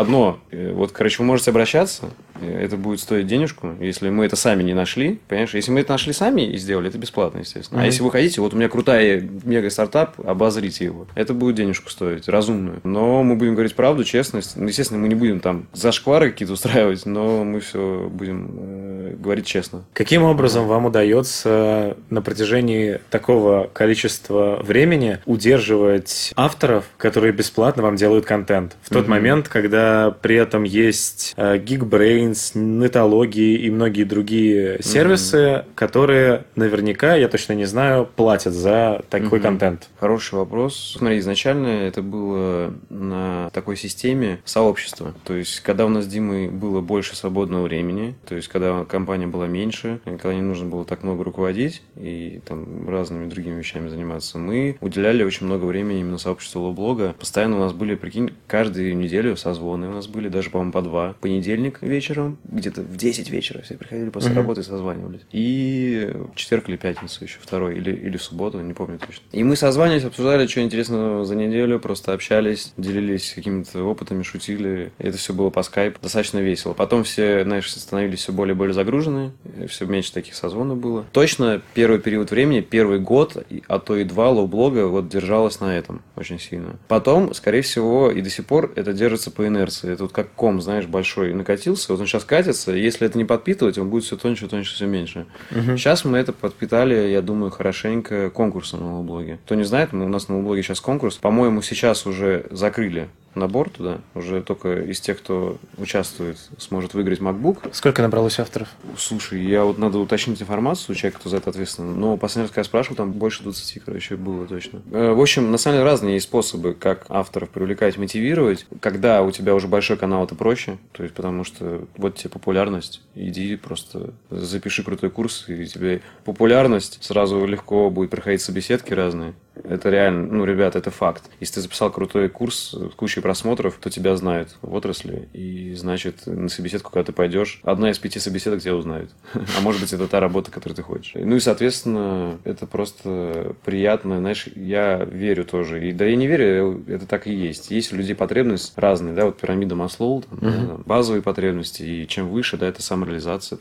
вы можете обращаться, это будет стоить денежку, если мы это сами не нашли, понимаешь? Если мы это нашли сами и сделали, это бесплатно, естественно. А если вы хотите, вот у меня крутая мега-стартап, обозрите его. Это будет денежку стоить, разумную. Но мы будем говорить правду, честность. Естественно, мы не будем там зашквары какие-то устраивать, но мы все будем говорить честно. Каким образом вам удается на протяжении такого количества времени удерживать авторов, которые бесплатно вам делают контент? В тот момент, когда при этом есть Geekbrains, Нетологии и многие другие сервисы, которые наверняка, я точно не знаю, платят за такой контент. Хороший вопрос. Смотри, изначально это было на такой системе сообщества. То есть, когда у нас с Димой было больше свободного времени, то есть, когда компания была меньше, когда не нужно было так много руководить и там разными другими вещами заниматься, мы уделяли очень много времени именно сообществу лоу-блога. Постоянно у нас были, прикинь, каждую неделю созвоны у нас были, даже, по-моему, по 2. Понедельник вечером, где-то в 10 вечера все приходили после работы и созванивались. И четверг или пятницу еще второй, или в субботу, не помню точно. И мы созванивались, обсуждали, что интересного за неделю, просто общались, делились какими-то опытами, шутили. И это все было по скайпу. Достаточно весело. Потом все, знаешь, становились все более и более загружены, все меньше таких созвонов было. Точно первый период времени, первый год, а то и 2 лоу-блога вот держалось на этом очень сильно. Потом, скорее всего, и до сих пор это держится по инерции. Это вот как ком, знаешь, большой накатился, вот он сейчас катится, и если это не подпитывать, он будет все тоньше, все меньше. Сейчас мы это подпитали, я думаю, хорошенько конкурсом на лоу-блоге. Кто не знает, у нас на лоу-блоге сейчас конкурс. По-моему, сейчас уже закрыли набор туда. Уже только из тех, кто участвует, сможет выиграть MacBook. Сколько набралось авторов? Слушай, надо уточнить информацию у человека, кто за это ответственен. Но последний раз, когда я спрашивал, там больше 20, было точно. В общем, на самом деле разные есть способы, как авторов привлекать, мотивировать. Когда у тебя уже большой канал, это проще. То есть, потому что вот тебе популярность. Иди просто запиши крутой курс, и тебе популярность. Сразу легко будет проходить собеседки разные. Это реально, ребят, это факт. Если ты записал крутой курс с кучей просмотров, то тебя знают в отрасли. И, значит, на собеседку, когда ты пойдешь, 1 из 5 собеседок тебя узнают. А может быть, это та работа, которую ты хочешь. И, соответственно, это просто приятно. Знаешь, я верю тоже. Я не верю, это так и есть. Есть у людей потребность разные, да, вот пирамида Маслоу, базовые потребности. И чем выше, да, это самореализация,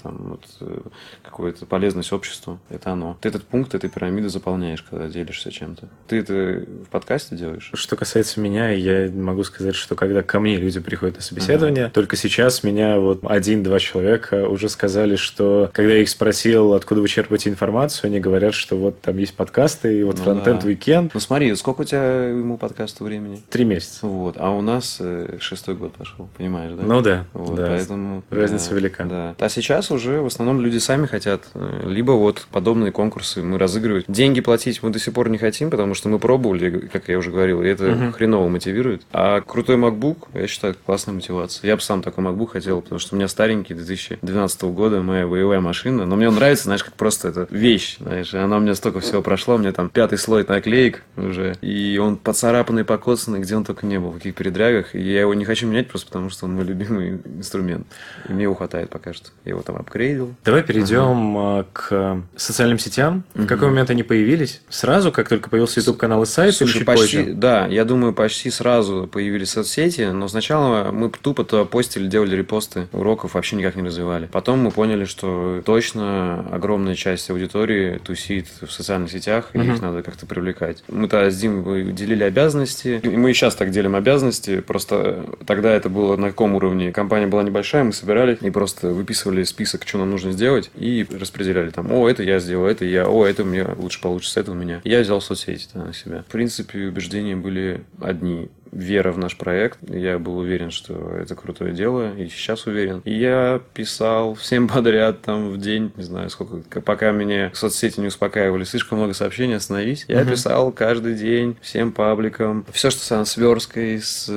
какая-то полезность обществу. Это оно. Ты этот пункт этой пирамиды заполняешь, когда делишься чем-то. Ты это в подкасте делаешь? Что касается меня, я могу сказать, что когда ко мне люди приходят на собеседование, только сейчас меня 1-2 человека уже сказали, что когда я их спросил, откуда вы черпаете информацию, они говорят, что там есть подкасты, и Frontend Weekend. Смотри, сколько у тебя ему подкасту времени? 3 месяца. А у нас 6-й год пошел, понимаешь, да? Ну да. Поэтому разница велика. Да. А сейчас уже в основном люди сами хотят, либо подобные конкурсы мы разыгрывать. Деньги платить мы до сих пор не хотим, потому потому что мы пробовали, как я уже говорил, и это хреново мотивирует. А крутой MacBook, я считаю, классная мотивация. Я бы сам такой MacBook хотел, потому что у меня старенький 2012 года, моя боевая машина. Но мне он нравится, знаешь, как просто это вещь, знаешь. Она у меня столько всего прошла, у меня там 5-й слой наклеек уже. И он поцарапанный, покоцанный, где он только не был, в каких передрягах. И я его не хочу менять просто потому, что он мой любимый инструмент. И мне его хватает пока что. Я его там апгрейдил. Давай перейдем к социальным сетям. В какой момент они появились? Сразу, как только появился YouTube-канал и сайт, или чуть почти, позже? да, я думаю, почти сразу появились соцсети, но сначала мы тупо-то постили, делали репосты уроков, вообще никак не развивали. Потом мы поняли, что точно огромная часть аудитории тусит в социальных сетях, и их надо как-то привлекать. Мы-то с Димой делили обязанности, и мы и сейчас так делим обязанности, просто тогда это было на каком уровне? Компания была небольшая, мы собирались и просто выписывали список, что нам нужно сделать, и распределяли там, это я сделал, это я, это у меня лучше получится, это у меня. Я взял соцсети на себя. В принципе, убеждения были одни. Вера в наш проект. Я был уверен, что это крутое дело, и сейчас уверен. И я писал всем подряд там в день, не знаю сколько, пока меня соцсети не успокаивали, слишком много сообщений, остановись. Я писал каждый день всем пабликам. Все, что связано с версткой, с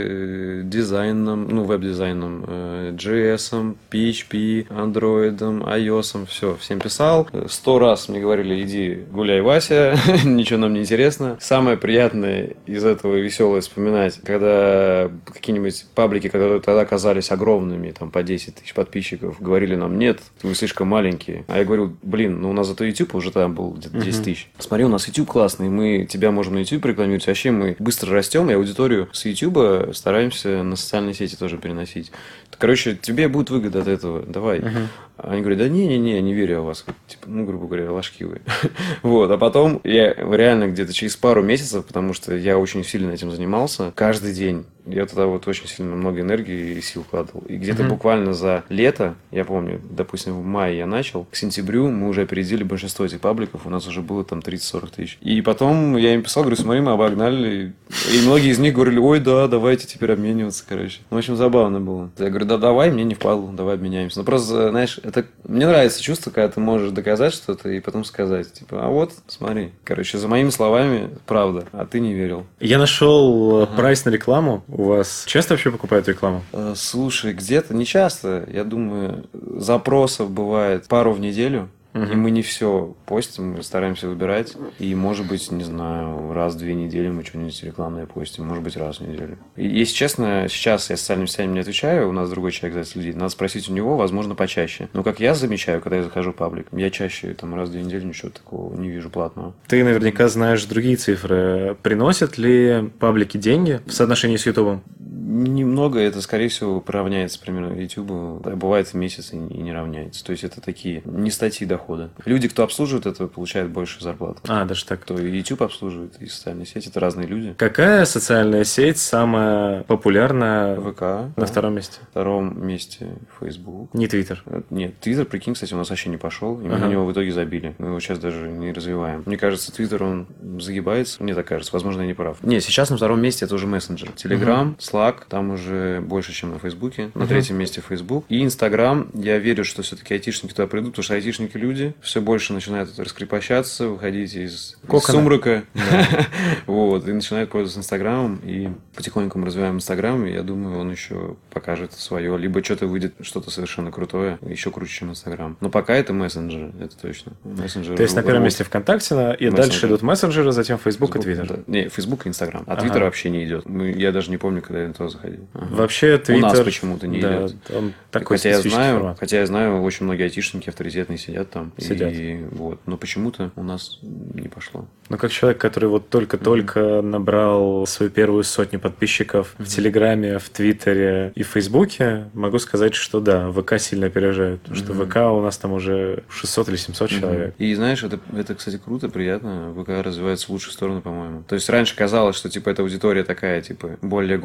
дизайном, веб-дизайном, JS, PHP, Android, iOS, все, всем писал. 100 раз мне говорили, иди гуляй, Вася, ничего нам не интересно. Самое приятное из этого веселое вспоминать, когда какие-нибудь паблики, которые тогда казались огромными, там по 10 тысяч подписчиков, говорили нам, нет, вы слишком маленькие. А я говорю, у нас зато YouTube уже там был где-то 10 тысяч. Смотри, у нас YouTube классный, мы тебя можем на YouTube рекламировать, вообще мы быстро растем, и аудиторию с YouTube стараемся на социальные сети тоже переносить. Короче, тебе будет выгода от этого, давай. Они говорят, да не верю в вас. Типа, грубо говоря, ложки вы. Вот, а потом я реально где-то через пару месяцев, потому что я очень сильно этим занимался, каждый день я тогда очень сильно много энергии и сил вкладывал. И где-то буквально за лето, я помню, допустим, в мае я начал, к сентябрю мы уже опередили большинство этих пабликов, у нас уже было там 30-40 тысяч. И потом я им писал, говорю, смотри, мы обогнали. И многие из них говорили, ой, да, давайте теперь обмениваться, короче. В общем, забавно было. Я говорю, да давай, мне не впадло, давай обменяемся. Просто, знаешь, мне нравится чувство, когда ты можешь доказать что-то и потом сказать, типа, а вот, смотри. Короче, за моими словами, правда, а ты не верил. Я нашел прайс на рекламу. У вас часто вообще покупают рекламу? Слушай, где-то не часто. Я думаю, запросов бывает пару в неделю. И мы не все постим, мы стараемся выбирать. И, может быть, не знаю, раз в 2 недели мы что-нибудь рекламное постим, может быть, раз в неделю. И, если честно, сейчас я социальными сетями не отвечаю, у нас другой человек за это следит. Надо спросить у него, возможно, почаще. Но как я замечаю, когда я захожу в паблик, я чаще там раз в 2 недели ничего такого не вижу платного. Ты наверняка знаешь другие цифры. Приносят ли паблики деньги в соотношении с Ютубом? Немного, это, скорее всего, равняется примерно Ютубу. Бывает в месяц и не равняется. То есть, это такие не статьи дохода. Люди, кто обслуживает это, получают больше зарплаты. Даже так. Кто и YouTube обслуживает, и социальные сети. Это разные люди. Какая социальная сеть самая популярная ВК. На втором месте? На втором месте Facebook. Не Твиттер. Нет, Твиттер, прикинь, кстати, у нас вообще не пошел. И мы на него в итоге забили. Мы его сейчас даже не развиваем. Мне кажется, Твиттер, он загибается. Мне так кажется. Возможно, я не прав. Нет, сейчас на втором месте это уже мессенджер. Telegram, Slack. Там уже больше, чем на Фейсбуке. На третьем месте Facebook. И Инстаграм. Я верю, что все-таки айтишники туда придут, потому что айтишники люди все больше начинают раскрепощаться, выходить из сумрака. Вот. И начинают пользоваться Инстаграмом. И потихоньку мы развиваем Инстаграм. И я думаю, он еще покажет свое. Либо что-то выйдет, что-то совершенно крутое, еще круче, чем Инстаграм. Но пока это мессенджеры. Это точно. Мессенджеры. То есть на первом месте ВКонтакте, и дальше идут мессенджеры, затем Facebook и Твиттер. Да. Не, Facebook и Инстаграм. А Твиттер вообще не идет. Я даже не помню, когда я на то заходил. Вообще Твиттер... У нас почему-то не идет. Он такой хотя я знаю, очень многие айтишники авторитетные сидят там. Сидят. Но почему-то у нас не пошло. Как человек, который вот только-только набрал свою первую сотню подписчиков в Телеграме, в Твиттере и в Фейсбуке, могу сказать, что да, ВК сильно опережает. Потому что ВК у нас там уже 600 или 700 человек. И знаешь, это, кстати, круто, приятно. ВК развивается в лучшую сторону, по-моему. То есть раньше казалось, что типа эта аудитория такая, типа, более гопницкая,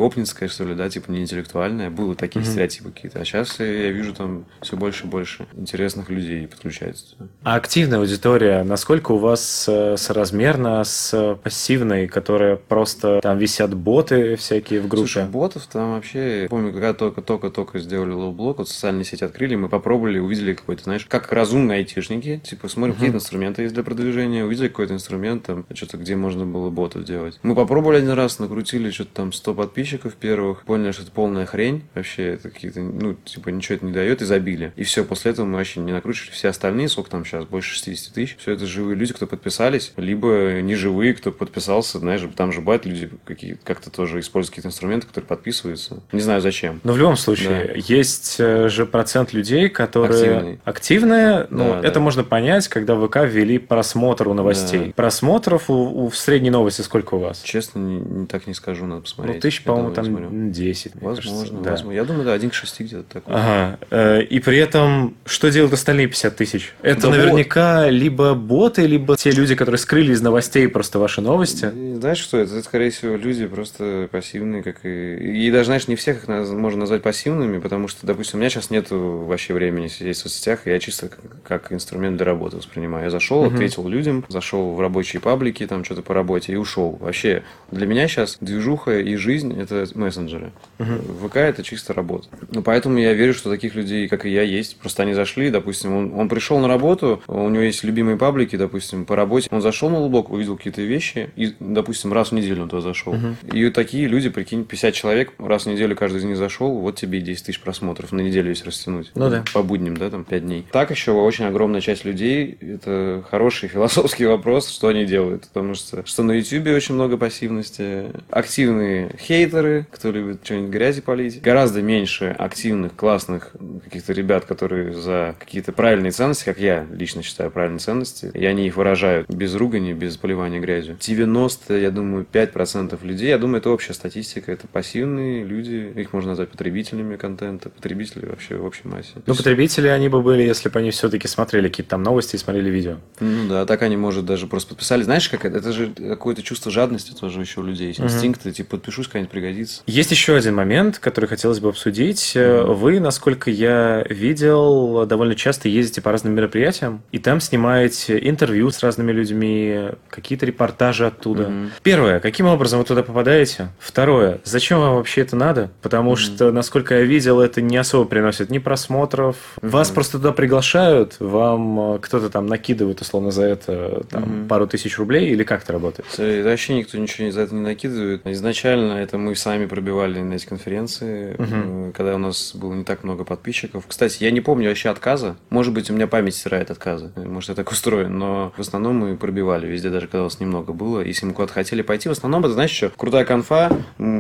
что ли, да, типа не интеллектуальное. Было такие стереотипы какие-то. А сейчас я вижу там все больше и больше интересных людей подключается. А активная аудитория, насколько у вас соразмерна с пассивной, которая просто там висят боты всякие в группе? Слушай, ботов там вообще... Помню, когда только сделали лоу-блок, вот социальные сети открыли, мы попробовали, увидели какой-то, знаешь, как разумные айтишники, типа смотрим, какие инструменты есть для продвижения, увидели какой-то инструмент, там, что-то, где можно было ботов делать. Мы попробовали один раз, накрутили что-то там 100 подписчиков первых, поняли, что это полная хрень, вообще это какие-то, ну, типа ничего это не дает, и забили. И все, после этого мы вообще не накручивали. Все остальные, сколько там сейчас, больше 60 тысяч, все это живые люди, кто подписались, либо неживые, кто подписался, знаешь, там же бывают люди, какие как-то тоже используют какие-то инструменты, которые подписываются. Не знаю зачем. Но в любом случае, есть же процент людей, которые активные. Ну, Да, это можно понять, когда в ВК ввели просмотр у новостей. Да. Просмотров в средней новости сколько у вас? Честно, так не скажу, надо посмотреть. Ну, тысяч, по-моему, там 10. Возможно, да. возможно. Я думаю, да, 1 к 6 где-то такое. Ага. И при этом, что делают остальные 50 тысяч? Это Да наверняка либо боты, либо те люди, которые скрыли из новостей просто ваши новости. И знаешь, что это? Это, скорее всего, люди просто пассивные, как и даже, знаешь, не всех их можно назвать пассивными, потому что, допустим, у меня сейчас нет вообще времени сидеть в соцсетях, и я чисто как инструмент для работы воспринимаю. Я зашел, ответил людям, зашел в рабочие паблики, там что-то по работе и ушел. Вообще, для меня сейчас движуха и жизнь – это мессенджеры. ВК – это чисто работа. Ну, поэтому я верю, что таких людей, как и я, есть. Просто они зашли, допустим, он пришел на работу, у него есть любимые паблики, допустим, по работе. Он зашел на лубок, увидел какие-то вещи, и, допустим, раз в неделю он туда зашел. И такие люди, прикинь, 50 человек, раз в неделю каждый из них зашел, вот тебе и 10 тысяч просмотров на неделю, если растянуть. Ну да. По будням, да, там 5 дней. Так еще очень огромная часть людей, это хороший философский вопрос, что они делают. Потому что на Ютубе очень много пассивности, активные хейтеры, кто любит что-нибудь грязи полить, гораздо меньше активных, классных каких-то ребят, которые за какие-то правильные ценности, как я лично считаю правильные ценности, и они их выражают без ругани, без поливания грязью. 90, я думаю, 5% людей, я думаю, это общая статистика, это пассивные люди, их можно назвать потребителями контента, потребители вообще в общей массе. Ну, потребители они бы были, если бы они все-таки смотрели какие-то там новости и смотрели видео. Ну да, так они, может, даже просто подписались. Знаешь, как это же какое-то чувство жадности тоже еще у людей есть. Инстинкты, типа, подпишусь, когда-нибудь пригодится. Есть еще один момент, который хотелось бы обсудить. Вы, насколько я видел, довольно часто ездите по разным мероприятиям, и там снимаете интервью с разными людьми, какие-то репортажи оттуда. Первое, каким образом вы туда попадаете? Второе, зачем вам вообще это надо? Потому что, насколько я видел, это не особо приносит ни просмотров. Вас просто туда приглашают, вам кто-то там накидывает, условно, за это там, пару тысяч рублей, или как это работает? Смотри, вообще никто ничего за это не накидывает. Изначально это мы сами пробивали на эти конференции, когда у нас было не так много подписчиков. Кстати, я не помню вообще отказа. Может быть, у меня память стирает отказы. Может, я так устроен. Но в основном мы пробивали везде, даже когда у нас немного было. Если мы куда-то хотели пойти, в основном это, знаешь, что? Крутая конфа,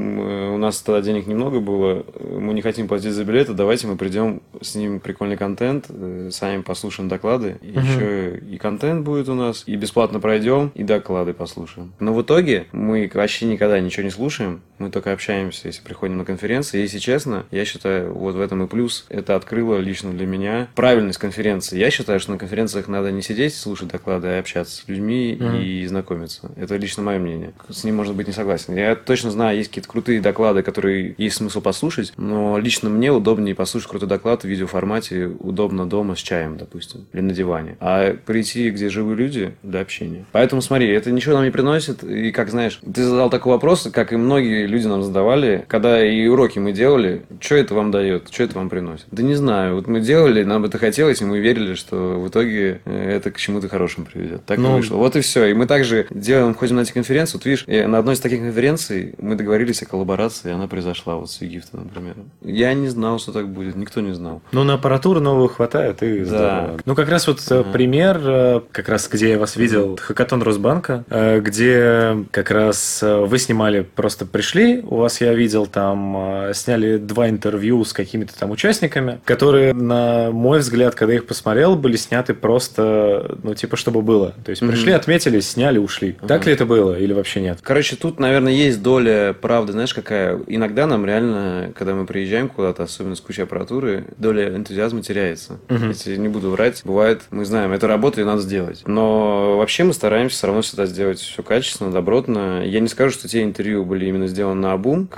у нас тогда денег немного было, мы не хотим платить за билеты, давайте мы придем, снимем прикольный контент, сами послушаем доклады, еще и контент будет у нас, и бесплатно пройдем, и доклады послушаем. Но в итоге мы вообще никогда ничего не слушаем, мы только общаемся, если приходим на конференции. Если честно, я считаю, вот в этом и плюс. Это открыло лично для меня правильность конференции. Я считаю, что на конференциях надо не сидеть, слушать доклады, а общаться с людьми и знакомиться. Это лично мое мнение. С ним можно быть не согласен. Я точно знаю, есть какие-то крутые доклады, которые есть смысл послушать, но лично мне удобнее послушать крутой доклад в видеоформате, удобно дома с чаем, допустим, или на диване. А прийти, где живые люди, для общения. Поэтому смотри, это ничего нам не приносит. И как знаешь, ты задал такой вопрос, как и многие люди нам задавали, когда и уроки мы делали, что это вам дает, что это вам приносит? Да не знаю, вот мы делали, нам это хотелось, и мы верили, что в итоге это к чему-то хорошему приведет. Так и вышло. Вот и все. И мы также делаем, ходим на эти конференции. Вот видишь, на одной из таких конференций мы договорились о коллаборации, и она произошла вот с Египтом, например. Я не знал, что так будет, никто не знал. Ну, на аппаратуру новую хватает, и здорово. Ну, как раз вот пример, как раз где я вас видел, хакатон Росбанка, где как раз вы снимали, просто пришли, у вас, я видел, там сняли 2 интервью с какими-то там участниками, которые, на мой взгляд, когда я их посмотрел, были сняты просто, ну, типа, чтобы было. То есть пришли, отметили, сняли, ушли. Так ли это было или вообще нет? Короче, тут, наверное, есть доля правды, знаешь, какая? Иногда нам реально, когда мы приезжаем куда-то, особенно с кучей аппаратуры, доля энтузиазма теряется. Если не буду врать, бывает, мы знаем, это работа и надо сделать. Но вообще мы стараемся все равно всегда сделать все качественно, добротно. Я не скажу, что те интервью были именно сделаны на обум,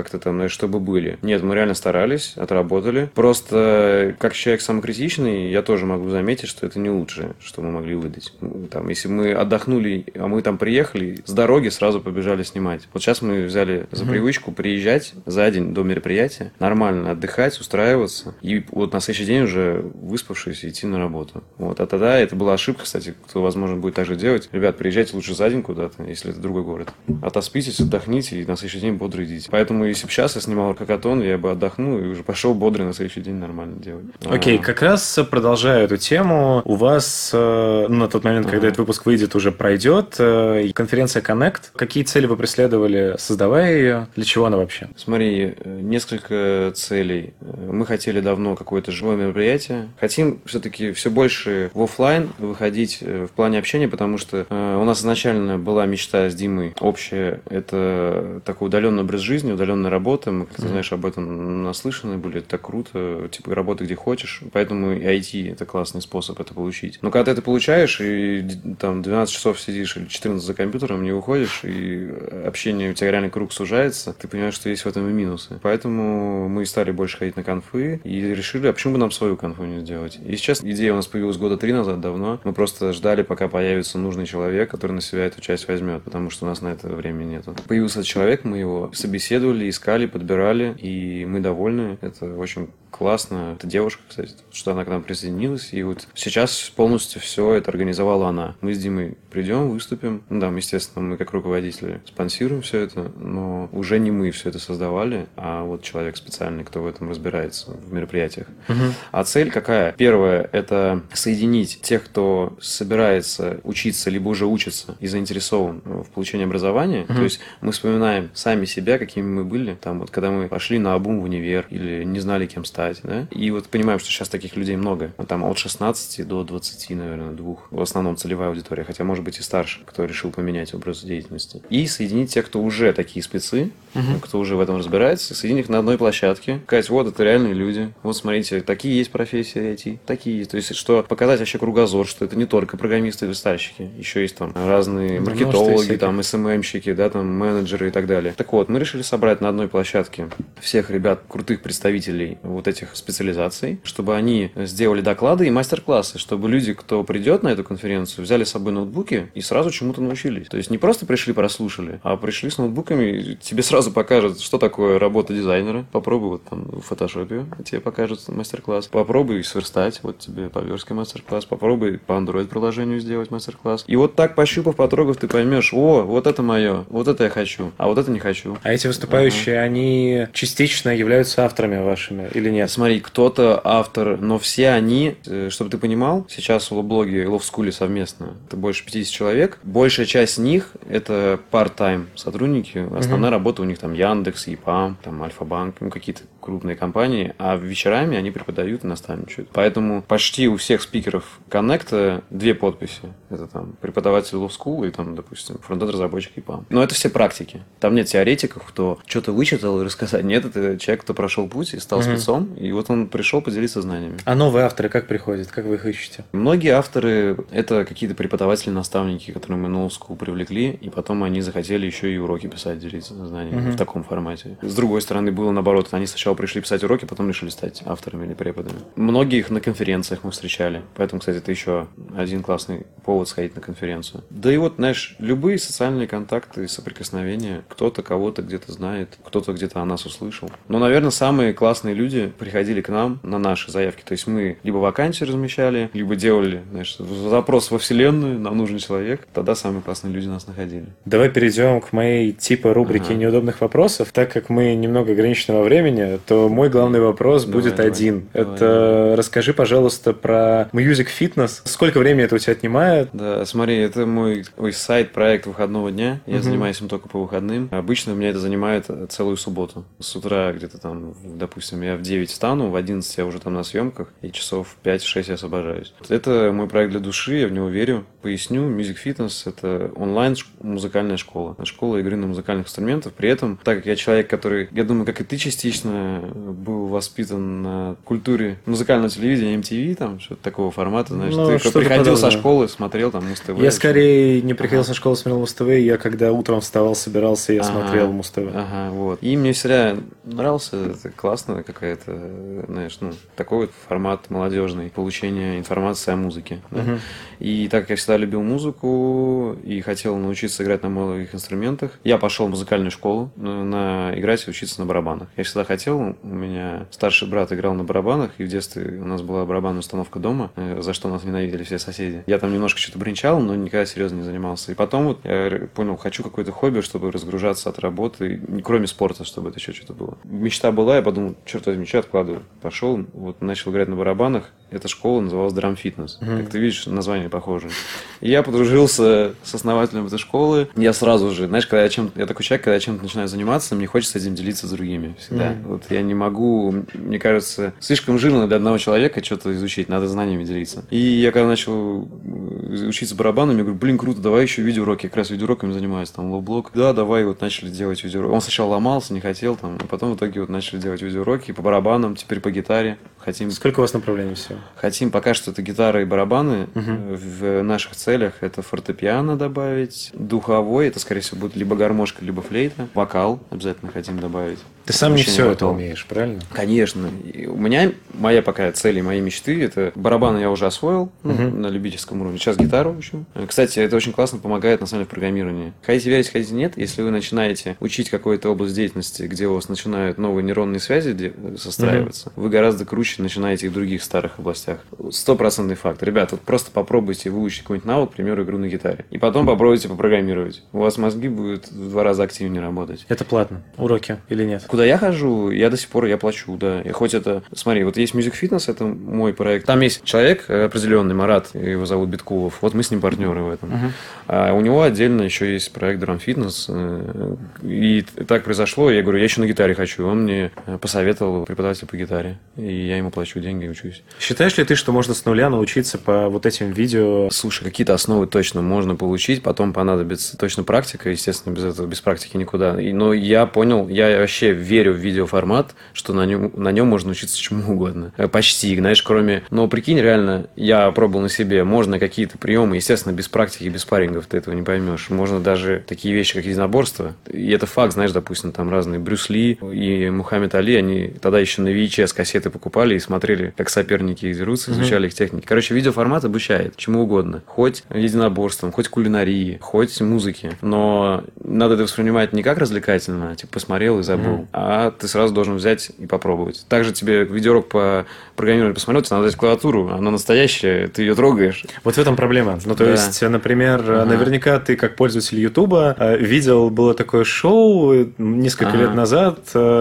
как-то там, знаешь, чтобы были. Нет, мы реально старались, отработали. Просто, как человек самокритичный, я тоже могу заметить, что это не лучшее, что мы могли выдать. Там, если мы отдохнули, а мы там приехали, с дороги сразу побежали снимать. Вот сейчас мы взяли за привычку приезжать за день до мероприятия, нормально отдыхать, устраиваться, и вот на следующий день уже выспавшись идти на работу. Вот. А тогда это была ошибка, кстати, кто, возможно, будет так же делать. Ребят, приезжайте лучше за день куда-то, если это другой город. Отоспитесь, отдохните и на следующий день бодро идите. Поэтому, если бы сейчас я снимал хакатон, я бы отдохнул и уже пошел бодрый на следующий день нормально делать. Окей, как раз продолжая эту тему, у вас на тот момент, когда этот выпуск выйдет, уже пройдет конференция Connect. Какие цели вы преследовали, создавая ее? Для чего она вообще? Смотри, несколько целей. Мы хотели давно какое-то живое мероприятие. Хотим все-таки все больше в офлайн выходить в плане общения, потому что у нас изначально была мечта с Димой общая. Это такой удаленный образ жизни, удаленная работа. Мы, как ты знаешь, об этом наслышаны были. Это так круто. Типа работа где хочешь. Поэтому и IT – это классный способ это получить. Но когда ты это получаешь, и там 12 часов сидишь или 14 за компьютером, не выходишь, и общение у тебя реально круг сужается, ты понимаешь, что есть в этом и минусы. Поэтому мы стали больше ходить на конфы и решили, а почему бы нам свою конфу не сделать. И сейчас идея у нас появилась года 3 назад, давно. Мы просто ждали, пока появится нужный человек, который на себя эту часть возьмет, потому что у нас на это времени нет. Появился этот человек, мы его собеседовали, искали, подбирали, и мы довольны. Это очень классно. Это девушка, кстати, что она к нам присоединилась. И вот сейчас полностью все это организовала она. Мы с Димой придем, выступим. Ну да, естественно, мы как руководители спонсируем все это, но уже не мы все это создавали, а вот человек специальный, кто в этом разбирается в мероприятиях. А цель какая? Первое – это соединить тех, кто собирается учиться, либо уже учится и заинтересован в получении образования. То есть мы вспоминаем сами себя, какими мы были, там вот когда мы пошли на обум в универ или не знали, кем стать, да? И вот понимаем, что сейчас таких людей много. Там от 16 до 20, наверное, двух. В основном целевая аудитория, хотя может быть и старше, кто решил поменять образ деятельности. И соединить тех, кто уже такие спецы, кто уже в этом разбирается, соединить их на одной площадке. Сказать, вот это реальные люди. Вот смотрите, такие есть профессии IT, такие есть. То есть, что показать вообще кругозор, что это не только программисты и верстальщики. Еще есть там разные маркетологи, там СММщики, да, там менеджеры и так далее. Так вот, мы решили собрать на одной площадке всех ребят, крутых представителей вот этих специализаций, чтобы они сделали доклады и мастер-классы, чтобы люди, кто придет на эту конференцию, взяли с собой ноутбуки и сразу чему-то научились. То есть не просто пришли, прослушали, а пришли с ноутбуками, тебе сразу покажут, что такое работа дизайнера. Попробуй вот там в фотошопе, тебе покажут мастер-класс. Попробуй сверстать, вот тебе по верстке мастер-класс. Попробуй по Android приложению сделать мастер-класс. И вот так, пощупав, потрогав, ты поймешь, о, вот это мое, вот это я хочу, а вот это не хочу. А эти выступающие, они частично являются авторами вашими или нет? Смотри, кто-то автор, но все они, чтобы ты понимал, сейчас в лоблоге и ловскуле совместно, это больше 50 человек. Большая часть них это part-time сотрудники. Основная работа у них там Яндекс, ЕПАМ, там Альфа-банк, ну какие-то крупные компании, а вечерами они преподают и наставничают. Поэтому почти у всех спикеров Коннекта 2 подписи. Это там преподаватель Love School и там, допустим, фронтенд-разработчик ЕПАМ. Но это все практики. Там нет теоретиков, кто что-то вычитал и рассказать. Нет, это человек, кто прошел путь и стал спецом, и вот он пришел поделиться знаниями. А новые авторы как приходят? Как вы их ищете? Многие авторы – это какие-то преподаватели-наставники, которые мы на Love School привлекли, и потом они захотели еще и уроки писать, делиться знаниями в таком формате. С другой стороны, было наоборот. Они сначала пришли писать уроки, потом решили стать авторами или преподами. Многих на конференциях мы встречали. Поэтому, кстати, это еще один классный повод сходить на конференцию. Да и вот, знаешь, любые социальные контакты, соприкосновения. Кто-то кого-то где-то знает, кто-то где-то о нас услышал. Но, наверное, самые классные люди приходили к нам на наши заявки. То есть мы либо вакансии размещали, либо делали, знаешь, запрос во вселенную, нам нужен человек. Тогда самые классные люди нас находили. Давай перейдем к моей типа рубрике неудобных вопросов. Так как мы немного ограничены во времени, то мой главный вопрос будет один. Это расскажи, пожалуйста, про Music Fitness. Сколько времени это у тебя отнимает? Да, смотри, это мой сайт-проект выходного дня. Я занимаюсь им только по выходным. Обычно у меня это занимает целую субботу. С утра где-то там, допустим, я в 9 встану, в 11 я уже там на съемках, и часов в 5-6 я освобождаюсь. Это мой проект для души, я в него верю. Поясню, Music Fitness – это онлайн-музыкальная школа. Школа игры на музыкальных инструментах. При этом, так как я человек, который, я думаю, как и ты частично, был воспитан на культуре музыкального телевидения MTV, там, что-то такого формата, знаешь, Ну, ты что-то приходил со подобное. школы, смотрел там Муз-ТВ. Я скорее не приходил со школы, смотрел Муз-ТВ, я когда утром вставал, собирался, я смотрел Муз-ТВ. Ага, вот. И мне всегда нравился, это классно какая-то, знаешь, ну, такой вот формат молодежный, получение информации о музыке. Да? И так как я всегда любил музыку и хотел научиться играть на многих инструментах, я пошел в музыкальную школу играть и учиться на барабанах. Я всегда хотел, у меня старший брат играл на барабанах, и в детстве у нас была барабанная установка дома, за что нас ненавидели все соседи. Я там немножко что-то бренчал, но никогда серьезно не занимался. И потом вот я понял, хочу какое-то хобби, чтобы разгружаться от работы, кроме спорта, чтобы это еще что-то было. Мечта была, я подумал, черт возьми, что откладываю. Пошел, вот начал играть на барабанах. Эта школа называлась Drum Fitness. Как ты видишь, название похоже. И я подружился с основателем этой школы. Я сразу же, знаешь, я такой человек, когда я чем-то начинаю заниматься, мне хочется этим делиться с другими всегда. Вот я не могу, мне кажется, слишком жирно для одного человека что-то изучить, надо знаниями делиться. И я когда начал учиться барабанам, я говорю, блин, круто, давай еще видеоуроки. Я как раз видеоуроками занимаюсь, там, лоу-блок. Да, давай, вот начали делать видеоуроки. Он сначала ломался, не хотел, там, а потом в итоге вот начали делать видеоуроки по барабанам, теперь по гитаре. Сколько у вас направлений всего? Хотим пока что это гитара и барабаны. В наших целях это фортепиано добавить, духовой, это, скорее всего, будет либо гармошка, либо флейта. Вокал обязательно хотим добавить. Ты сам не все это умеешь, правильно? Конечно. И у меня моя пока цель и мои мечты, это барабаны я уже освоил на любительском уровне. Сейчас гитару учу. Кстати, это очень классно помогает на самом деле в программировании. Хотите верить, хотите нет, если вы начинаете учить какую-то область деятельности, где у вас начинают новые нейронные связи состраиваться, вы гораздо круче начинаете в других старых областях. 100% факт. Ребят, вот просто попробуйте выучить какой-нибудь навык, к примеру, игру на гитаре. И потом попробуйте попрограммировать. У вас мозги будут в 2 раза активнее работать. Это платно. Уроки или нет? Куда я хожу, я до сих пор плачу, да. И хоть это... Смотри, вот есть Music Fitness, это мой проект. Там есть человек определенный, Марат, его зовут Биткулов. Вот мы с ним партнеры в этом. А у него отдельно еще есть проект Drum Fitness. И так произошло, я говорю, я еще на гитаре хочу. Он мне посоветовал преподавателя по гитаре. И я ему плачу деньги и учусь. Считаешь ли ты, что можно с нуля научиться по вот этим видео? Слушай, какие-то основы точно можно получить, потом понадобится точно практика, естественно, без практики никуда. Но я понял, я вообще верю в видеоформат, что на нем можно учиться чему угодно. Почти, знаешь, кроме... Но прикинь, реально, я пробовал на себе, можно какие-то приемы, естественно, без практики, без спаррингов ты этого не поймешь. Можно даже такие вещи, как единоборство. И это факт, знаешь, допустим, там разные Брюс Ли и Мухаммед Али, они тогда еще на VHS кассеты покупали и смотрели, как соперники дерутся, изучали их техники. Короче, видеоформат обучает чему угодно. Хоть единоборством, хоть кулинарии, хоть музыке. Но надо это воспринимать не как развлекательно, типа посмотрел и забыл, а ты сразу должен взять и попробовать. Также тебе видеоурок по программированию посмотрел, тебе надо взять клавиатуру, она настоящая, ты ее трогаешь. Вот в этом проблема. Ну, то есть, например, наверняка ты, как пользователь Ютуба, видел, было такое шоу несколько лет назад,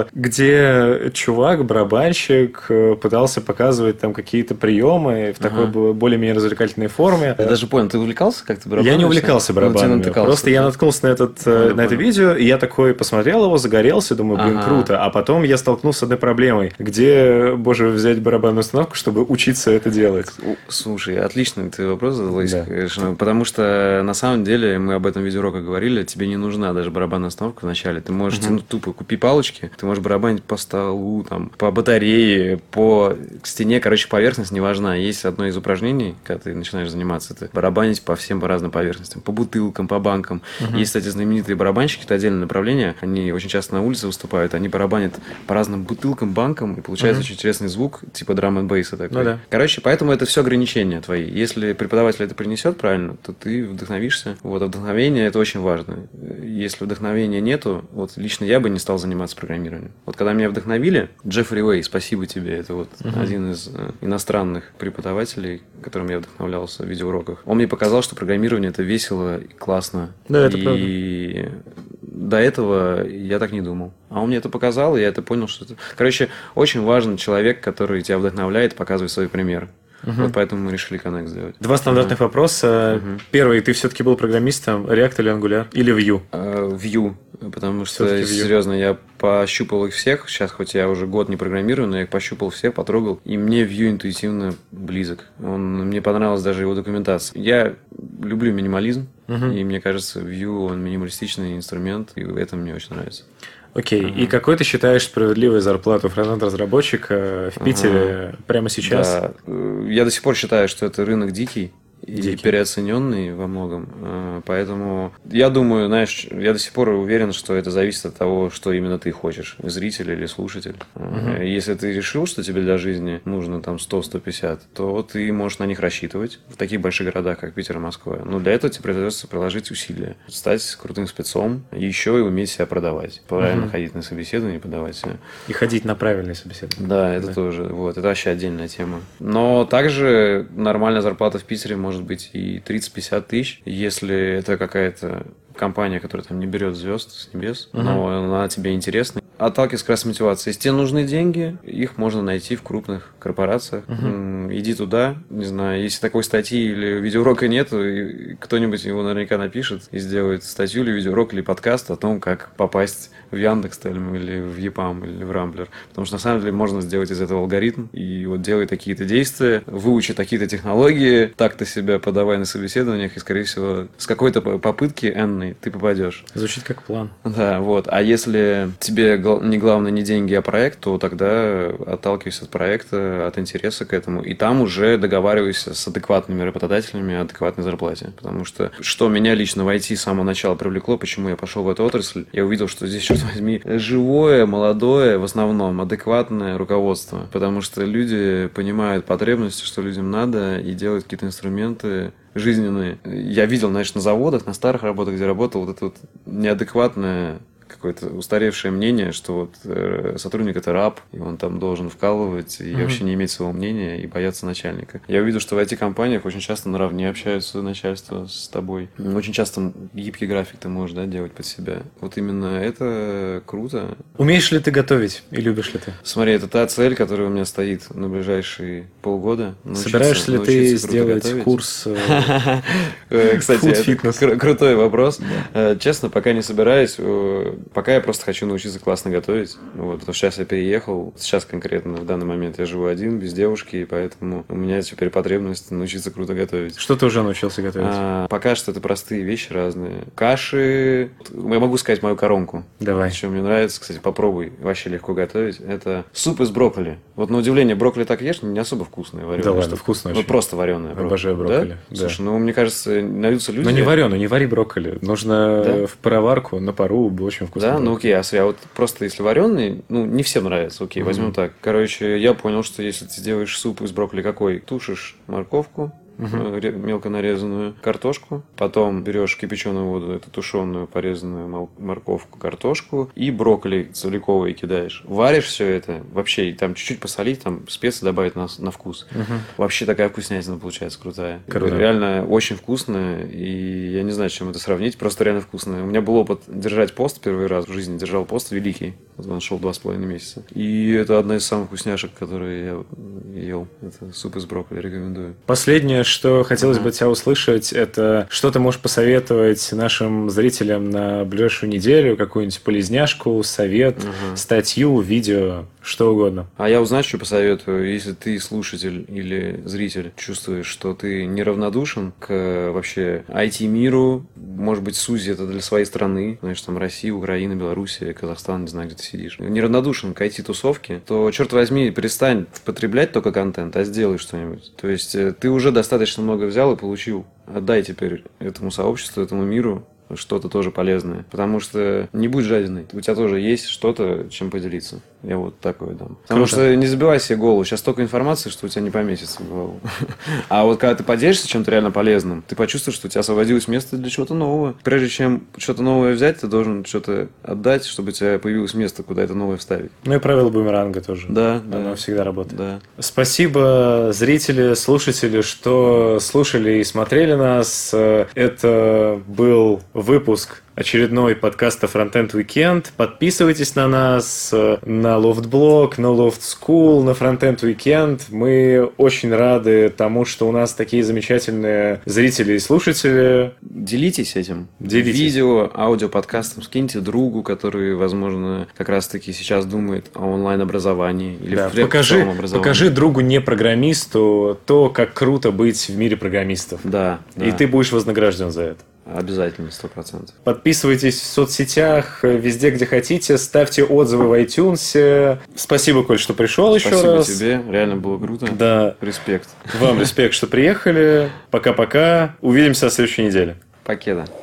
где чувак, барабанщик, пытался показывать там какие-то приемы в такой более-менее развлекательной форме. Я даже понял, ты увлекался как-то барабанами? Я не увлекался барабанами. Просто я наткнулся на это видео, и я такой посмотрел его, загорелся, думаю, блин, круто. А потом я столкнулся с одной проблемой. Где, боже, взять барабанную установку, чтобы учиться это делать? Слушай, отличный ты вопрос задал, Да. конечно, потому что на самом деле мы об этом видеоуроке говорили, тебе не нужна даже барабанная установка вначале. Ты можешь тупо купи палочки, ты можешь барабанить по столу, там, по батарее, по стене, короче, поверхность не важна. Есть одно из упражнений, когда ты начинаешь заниматься, это барабанить по всем по разным поверхностям, по бутылкам, по банкам. Есть, кстати, знаменитые барабанщики, это отдельное направление, они очень часто на улице выступают, они барабанят по разным бутылкам, банкам, и получается очень интересный звук, типа драм-н-бейса такой. Ну да. Короче, поэтому это все ограничения твои. Если преподаватель это принесет правильно, то ты вдохновишься. Вот, а вдохновение это очень важно. Если вдохновения нету, вот лично я бы не стал заниматься программированием. Вот когда меня вдохновили, Джеффри Уэй, спасибо тебе, это вот один из иностранных преподавателей, которым я вдохновлялся в видеоуроках. Он мне показал, что программирование это весело и классно. Да, это и до этого я так не думал. А он мне это показал, и я это понял, что это... Короче, очень важен человек, который тебя вдохновляет, показывает свой пример. Вот поэтому мы решили коннект сделать. 2 стандартных вопроса. Первый, ты все-таки был программистом React или Angular? Или Vue? Vue, потому что, Всё-таки Vue. серьезно, я пощупал их всех. Сейчас, хоть я уже год не программирую, но я их пощупал всех, потрогал. И мне Vue интуитивно близок. Мне понравилась даже его документация. Я люблю минимализм. И мне кажется, Vue, он минималистичный инструмент, и это мне очень нравится. Окей, и какой ты считаешь справедливой зарплату фронтенд-разработчика в Питере прямо сейчас? Да. Я до сих пор считаю, что это рынок дикий. И переоцененный во многом. Поэтому я думаю, знаешь, я до сих пор уверен, что это зависит от того, что именно ты хочешь, зритель или слушатель. Если ты решил, что тебе для жизни нужно там 100-150, то ты можешь на них рассчитывать в таких больших городах, как Питер и Москва. Но для этого тебе придется приложить усилия, стать крутым спецом, еще и уметь себя продавать, правильно ходить на собеседование, подавать себя. И ходить на правильные собеседования. Да, это тоже. Вот, это вообще отдельная тема. Но также нормальная зарплата в Питере может быть и 30-50 тысяч, если это какая-то компания, которая там не берет звезд с небес, но она тебе интересна. Отталкиваясь как раз мотивацией. Если тебе нужны деньги, их можно найти в крупных корпорациях. Иди туда, не знаю, если такой статьи или видеоурока нет, кто-нибудь его наверняка напишет и сделает статью или видеоурок, или подкаст о том, как попасть в Яндекс или в EPAM, или в Рамблер. Потому что на самом деле можно сделать из этого алгоритм и вот делай такие-то действия, выучи такие-то технологии, так-то себя подавай на собеседованиях, и, скорее всего, с какой-то попытки энной ты попадешь. Звучит как план. Да, вот. А если тебе не главное не деньги, а проект, то тогда отталкивайся от проекта, от интереса к этому, и там уже договаривайся с адекватными работодателями о адекватной зарплате. Потому что меня лично в IT с самого начала привлекло, почему я пошел в эту отрасль, я увидел, что здесь, черт возьми, живое, молодое, в основном, адекватное руководство. Потому что люди понимают потребности, что людям надо, и делают какие-то инструменты жизненные. Я видел, знаешь, на заводах, на старых работах, где работал, вот это вот неадекватное какое-то устаревшее мнение, что вот сотрудник это раб, и он там должен вкалывать, и вообще не иметь своего мнения, и бояться начальника. Я увидел, что в IT-компаниях очень часто наравне общаются начальство с тобой. Очень часто гибкий график ты можешь, да, делать под себя. Вот именно это круто. Умеешь ли ты готовить и любишь ли ты? Смотри, это та цель, которая у меня стоит на ближайшие полгода. Собираешься ли ты сделать курс Кстати, это крутой вопрос. Честно, пока не собираюсь. Пока я просто хочу научиться классно готовить. Вот, потому что сейчас я переехал. Сейчас конкретно, в данный момент я живу один, без девушки, и поэтому у меня теперь потребность научиться круто готовить. Что ты уже научился готовить? Пока что это простые вещи разные. Каши. Я могу сказать мою коронку. Давай. Что мне нравится, кстати, попробуй. Вообще легко готовить. Это суп из брокколи. Вот на удивление, брокколи так ешь, не особо вкусные, вареные. Да ладно, вкусно очень. Вот просто вареные. Обожаю брокколи. Да? Слушай, ну мне кажется, найдутся люди... Но не вареную, не вари брокколи. Нужно в пароварку, на пару, очень вкусно. Да, ну окей, а вот просто если вареный, ну не всем нравится, окей, возьмем так. Короче, я понял, что если ты делаешь суп из брокколи какой, тушишь морковку, мелко нарезанную картошку, потом берешь кипяченую воду, эту тушеную, порезанную морковку, картошку и брокколи целиковые кидаешь. Варишь все это, вообще, и там чуть-чуть посолить, там специи добавить на вкус. Вообще такая вкуснятина получается крутая. Круто. Реально очень вкусная, и я не знаю, с чем это сравнить, просто реально вкусная. У меня был опыт держать пост первый раз в жизни, держал пост великий, он шел 2,5 месяца. И это одна из самых вкусняшек, которые я ел. Это суп из брокколи, рекомендую. Последнее, что хотелось бы от тебя услышать, это что ты можешь посоветовать нашим зрителям на ближайшую неделю, какую-нибудь полезняшку, совет, статью, видео, что угодно. А я узнать, что посоветую, если ты слушатель или зритель чувствуешь, что ты неравнодушен к вообще IT-миру, может быть, сузи это для своей страны, знаешь, там Россия, Украина, Белоруссия, Казахстан, не знаю, где ты сидишь, неравнодушен к IT-тусовке, то, черт возьми, перестань потреблять только контент, а сделай что-нибудь. То есть ты уже достаточно много взял и получил. Отдай теперь этому сообществу, этому миру что-то тоже полезное. Потому что не будь жадиной. У тебя тоже есть что-то, чем поделиться. Я вот такое дам. Потому что не забивай себе голову. Сейчас столько информации, что у тебя не поместится в голову. А вот когда ты поделишься чем-то реально полезным, ты почувствуешь, что у тебя освободилось место для чего-то нового. Прежде чем что-то новое взять, ты должен что-то отдать, чтобы у тебя появилось место, куда это новое вставить. Ну и правило бумеранга тоже. Да, оно всегда работает. Да. Спасибо, зрители, слушатели, что слушали и смотрели нас. Это был выпуск очередной подкаста Frontend Weekend. Подписывайтесь на нас, на LoftBlog, на Loft School, на Frontend Weekend. Мы очень рады тому, что у нас такие замечательные зрители и слушатели. Делитесь этим. Делитесь. Видео, аудио, подкастом скиньте другу, который, возможно, как раз-таки сейчас думает о онлайн-образовании или в целом образовании. Покажи другу не программисту то, как круто быть в мире программистов. Да. И ты будешь вознагражден за это. Обязательно, 100%. Подписывайтесь в соцсетях, везде, где хотите, ставьте отзывы в iTunes. Спасибо, Коль, что пришел еще раз. Спасибо тебе, реально было круто. Да. Респект. Вам респект, что приехали. Пока-пока. Увидимся на следующей неделе. Покеда.